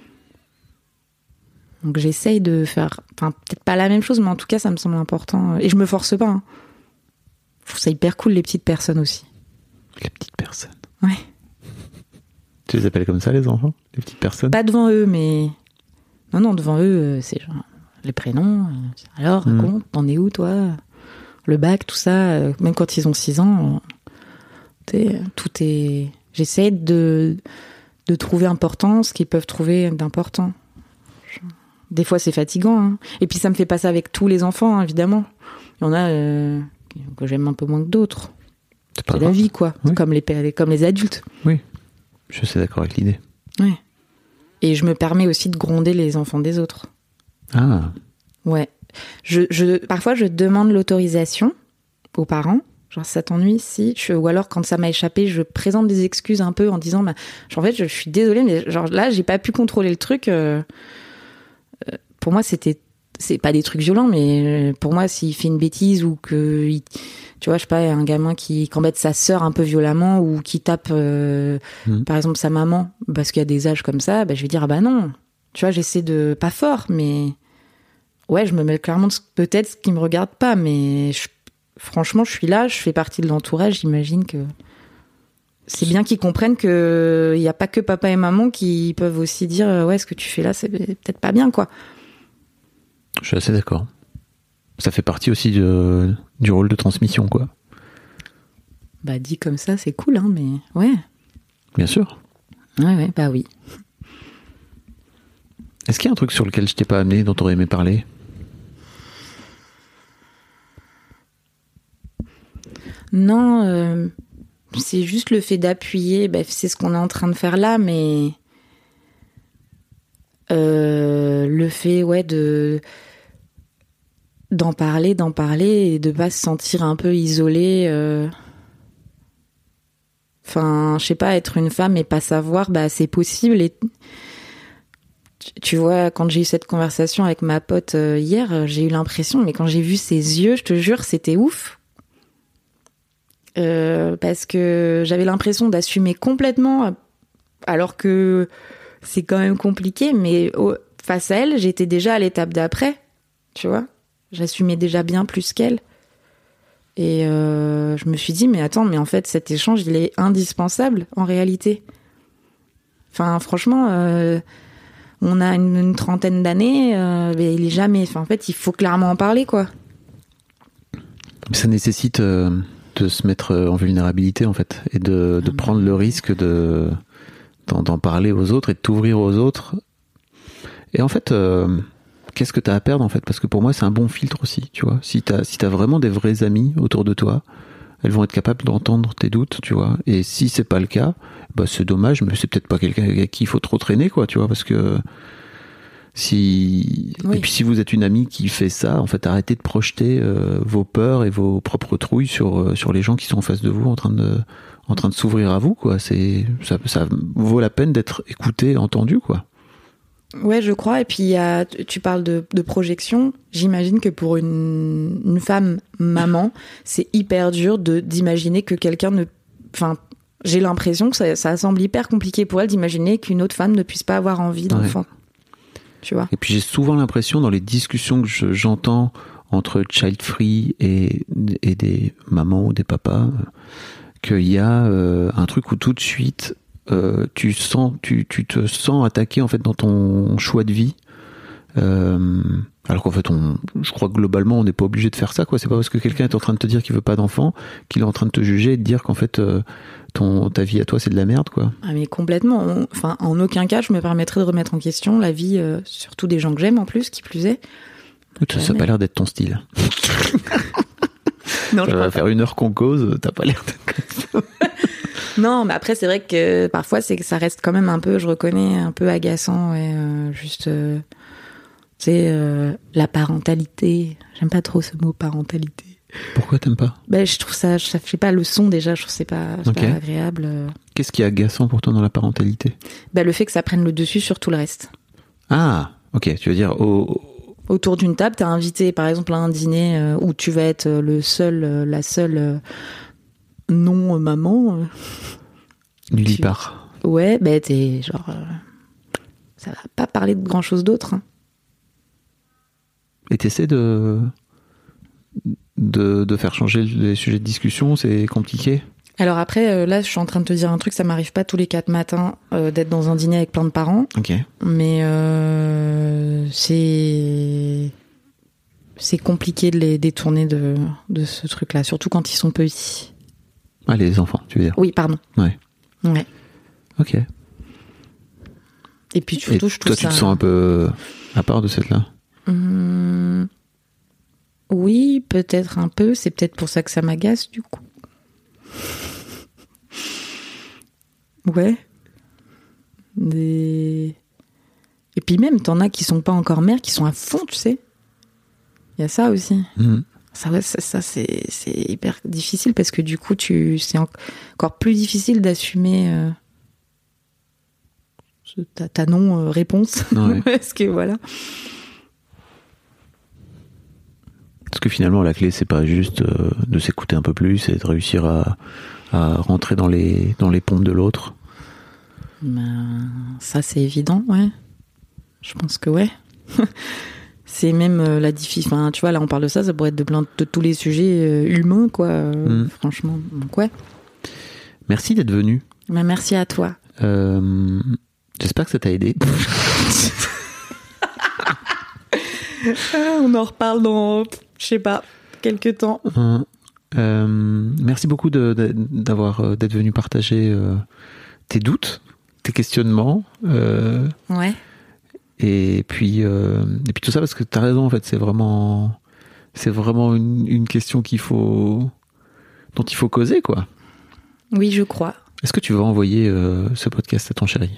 Donc j'essaye de faire, enfin peut-être pas la même chose, mais en tout cas, ça me semble important. Et je me force pas. Hein. Je trouve ça hyper cool les petites personnes aussi. Les petites personnes. Ouais. Tu les appelles comme ça, les enfants ? Les petites personnes ? Pas devant eux, mais... Non, non, devant eux, c'est genre les prénoms. Alors, mmh. raconte, t'en es où, toi ? Le bac, tout ça. Même quand ils ont six ans, t'sais, tout est... J'essaie de, de trouver important ce qu'ils peuvent trouver d'important. Des fois, c'est fatigant. Hein. Et puis, ça me fait pas ça avec tous les enfants, hein, évidemment. Il y en a euh, que j'aime un peu moins que d'autres. C'est, c'est la vie, quoi. Oui. Comme, les, comme les adultes. Oui. Je suis d'accord avec l'idée. Ouais. Et je me permets aussi de gronder les enfants des autres. Ah. Ouais. Je, je, parfois, je demande l'autorisation aux parents. Genre, ça t'ennuie si je, ou alors, quand ça m'a échappé, je présente des excuses un peu en disant, bah, genre, en fait, je suis désolée, mais genre là, j'ai pas pu contrôler le truc. Euh, euh, pour moi, c'était, c'est pas des trucs violents, mais pour moi, s'il fait une bêtise ou que, il, tu vois, je sais pas, un gamin qui, qui embête sa sœur un peu violemment ou qui tape, euh, mmh. par exemple, sa maman, parce qu'il y a des âges comme ça, bah, je vais dire, ah bah non. Tu vois, j'essaie de, pas fort, mais ouais, je me mets clairement peut-être ce qui me regarde pas, mais je, franchement, je suis là, je fais partie de l'entourage, j'imagine que c'est bien qu'ils comprennent que il y a pas que papa et maman qui peuvent aussi dire, ouais, ce que tu fais là, c'est peut-être pas bien, quoi. Je suis assez d'accord. Ça fait partie aussi de, du rôle de transmission, quoi. Bah, dit comme ça, c'est cool, hein, mais ouais. Bien sûr. Ouais, ouais, bah oui. Est-ce qu'il y a un truc sur lequel je t'ai pas amené, dont tu aurais aimé parler ? Non, euh, c'est juste le fait d'appuyer, bah, c'est ce qu'on est en train de faire là, mais euh, le fait, ouais, de d'en parler, d'en parler et de pas se sentir un peu isolé. Euh... Enfin, je sais pas, être une femme et pas savoir, bah c'est possible. Et tu vois, quand j'ai eu cette conversation avec ma pote euh, hier, j'ai eu l'impression, mais quand j'ai vu ses yeux, je te jure, c'était ouf. Euh, parce que j'avais l'impression d'assumer complètement, alors que c'est quand même compliqué, mais oh, face à elle, j'étais déjà à l'étape d'après, tu vois. J'assumais déjà bien plus qu'elle. Et euh, je me suis dit, mais attends, mais en fait, cet échange, il est indispensable, en réalité. Enfin, franchement, euh, on a une, une trentaine d'années, euh, mais il est jamais... Enfin, en fait, il faut clairement en parler, quoi. Ça nécessite euh, de se mettre en vulnérabilité, en fait, et de, de prendre le risque de, d'en, d'en parler aux autres et de t'ouvrir aux autres. Et en fait, euh, qu'est-ce que t'as à perdre en fait? Parce que pour moi, c'est un bon filtre aussi, tu vois. Si t'as, si t'as vraiment des vrais amis autour de toi, elles vont être capables d'entendre tes doutes, tu vois. Et si c'est pas le cas, bah c'est dommage, mais c'est peut-être pas quelqu'un avec qui il faut trop traîner, quoi, tu vois, parce que si Oui. et puis si vous êtes une amie qui fait ça, en fait, arrêtez de projeter euh, vos peurs et vos propres trouilles sur euh, sur les gens qui sont en face de vous, en train de en train de s'ouvrir à vous, quoi. C'est ça, ça vaut la peine d'être écouté, entendu, quoi. Ouais, je crois. Et puis, il y a, tu parles de, de projection. J'imagine que pour une, une femme maman, c'est hyper dur de, d'imaginer que quelqu'un ne... Enfin, j'ai l'impression que ça, ça semble hyper compliqué pour elle d'imaginer qu'une autre femme ne puisse pas avoir envie d'enfant. Ouais. Tu vois. Et puis, j'ai souvent l'impression, dans les discussions que je, j'entends entre child free et, et des mamans ou des papas, qu'il y a euh, un truc où tout de suite... Euh, tu sens, tu, tu te sens attaqué en fait dans ton choix de vie. Euh, alors qu'en fait, on, je crois que globalement, on n'est pas obligé de faire ça, quoi. C'est pas parce que quelqu'un est en train de te dire qu'il veut pas d'enfant qu'il est en train de te juger et de dire qu'en fait, euh, ton, ta vie à toi, c'est de la merde, quoi. Ah mais complètement. On, enfin, en aucun cas, je me permettrais de remettre en question la vie, euh, surtout des gens que j'aime en plus, qui plus est. Ça, ça a pas l'air d'être ton style. Non, ça va faire une heure qu'on cause, t'as pas l'air d'être comme ça. Non, mais après, c'est vrai que parfois, c'est que ça reste quand même un peu, je reconnais, un peu agaçant. Et euh, juste, euh, tu sais, euh, la parentalité. J'aime pas trop ce mot parentalité. Pourquoi t'aimes pas? Ben, je trouve ça, ça fait pas le son déjà, je trouve que c'est pas, c'est okay. pas agréable. Qu'est-ce qui est agaçant pour toi dans la parentalité? Ben, le fait que ça prenne le dessus sur tout le reste. Ah, ok, tu veux dire au... Autour d'une table, t'es invité, par exemple, à un dîner euh, où tu vas être le seul, euh, la seule... Euh, non maman. Nullipare. Tu... Ouais, ben t'es genre... Euh, ça va pas parler de grand chose d'autre. Hein. Et t'essaies de... de... de faire changer les sujets de discussion, c'est compliqué? Alors après, euh, là, je suis en train de te dire un truc, ça m'arrive pas tous les quatre matins euh, d'être dans un dîner avec plein de parents. Ok. Mais euh, c'est... c'est compliqué de les détourner de, de ce truc-là, surtout quand ils sont petits. Ah, les enfants, tu veux dire? Oui, pardon. Ouais. Ouais. Ok. Et puis, surtout, Et je trouve toi, ça... tu te sens un peu à part de cette là? Hum... Oui, peut-être un peu. C'est peut-être pour ça que ça m'agace, du coup. Ouais. Des... Et puis même, t'en as qui sont pas encore mères, qui sont à fond, tu sais. Il y a ça aussi. Mmh. Ça, ça, ça c'est, c'est hyper difficile parce que du coup, tu, c'est en, encore plus difficile d'assumer euh, ta, ta non-réponse. Ouais. Parce que voilà. Parce que finalement, la clé, c'est pas juste euh, de s'écouter un peu plus, c'est de réussir à, à rentrer dans les, dans les pompes de l'autre. Ben, ça, c'est évident, ouais. Je pense que ouais. C'est même euh, la difficulté. Enfin, tu vois, là, on parle de ça, ça pourrait être de, plein, de tous les sujets euh, humains, quoi. Euh, mm. Franchement, donc ouais. Merci d'être venu. Ben, merci à toi. Euh, j'espère que ça t'a aidé. On en reparle dans, je sais pas, quelques temps. Euh, euh, merci beaucoup de, de, d'avoir, d'être venu partager euh, tes doutes, tes questionnements. Euh, ouais. Et puis, euh, et puis tout ça, parce que t'as raison, en fait, c'est vraiment, c'est vraiment une, une question qu'il faut, dont il faut causer, quoi. Oui, je crois. Est-ce que tu vas envoyer euh, ce podcast à ton chéri?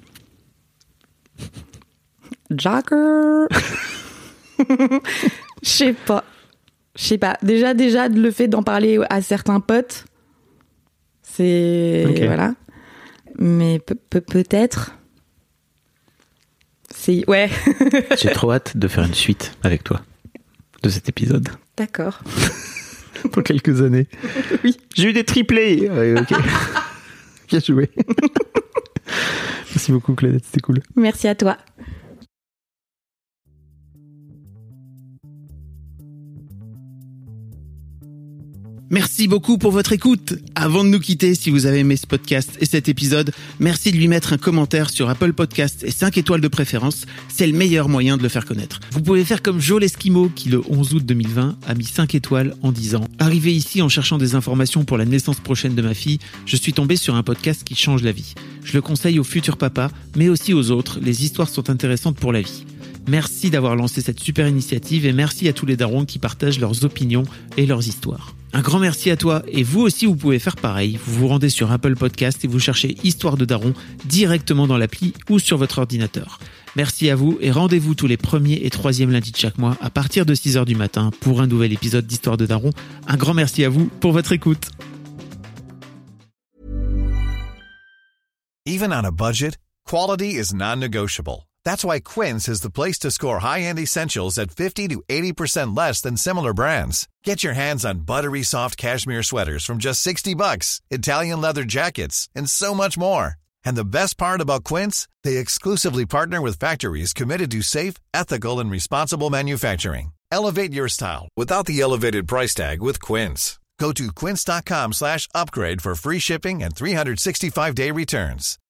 Joker. Je sais pas. Je sais pas. Déjà, déjà, le fait d'en parler à certains potes, c'est okay. Voilà. Mais pe- pe- peut-être. C'est ouais. J'ai trop hâte de faire une suite avec toi de cet épisode. D'accord. Pour quelques années. Oui. J'ai eu des triplés. Ouais, ok. Bien joué. Merci beaucoup, Claudette, c'était cool. Merci à toi. Merci beaucoup pour votre écoute. Avant de nous quitter, si vous avez aimé ce podcast et cet épisode, merci de lui mettre un commentaire sur Apple Podcasts et cinq étoiles de préférence. C'est le meilleur moyen de le faire connaître. Vous pouvez faire comme Joe l'Esquimau qui, le onze août deux mille vingt, a mis cinq étoiles en disant « Arrivé ici en cherchant des informations pour la naissance prochaine de ma fille, je suis tombé sur un podcast qui change la vie. Je le conseille aux futurs papas, mais aussi aux autres. Les histoires sont intéressantes pour la vie. » Merci d'avoir lancé cette super initiative et merci à tous les darons qui partagent leurs opinions et leurs histoires. Un grand merci à toi et vous aussi vous pouvez faire pareil. Vous vous rendez sur Apple Podcast et vous cherchez Histoire de Daron directement dans l'appli ou sur votre ordinateur. Merci à vous et rendez-vous tous les premiers et troisièmes lundis de chaque mois à partir de six heures du matin pour un nouvel épisode d'Histoire de Daron. Un grand merci à vous pour votre écoute. Even on a budget, quality is non-negotiable. That's why Quince is the place to score high-end essentials at fifty to eighty percent less than similar brands. Get your hands on buttery soft cashmere sweaters from just sixty bucks, Italian leather jackets, and so much more. And the best part about Quince, they exclusively partner with factories committed to safe, ethical, and responsible manufacturing. Elevate your style without the elevated price tag with Quince. Go to quince.com slash upgrade for free shipping and three sixty-five day returns.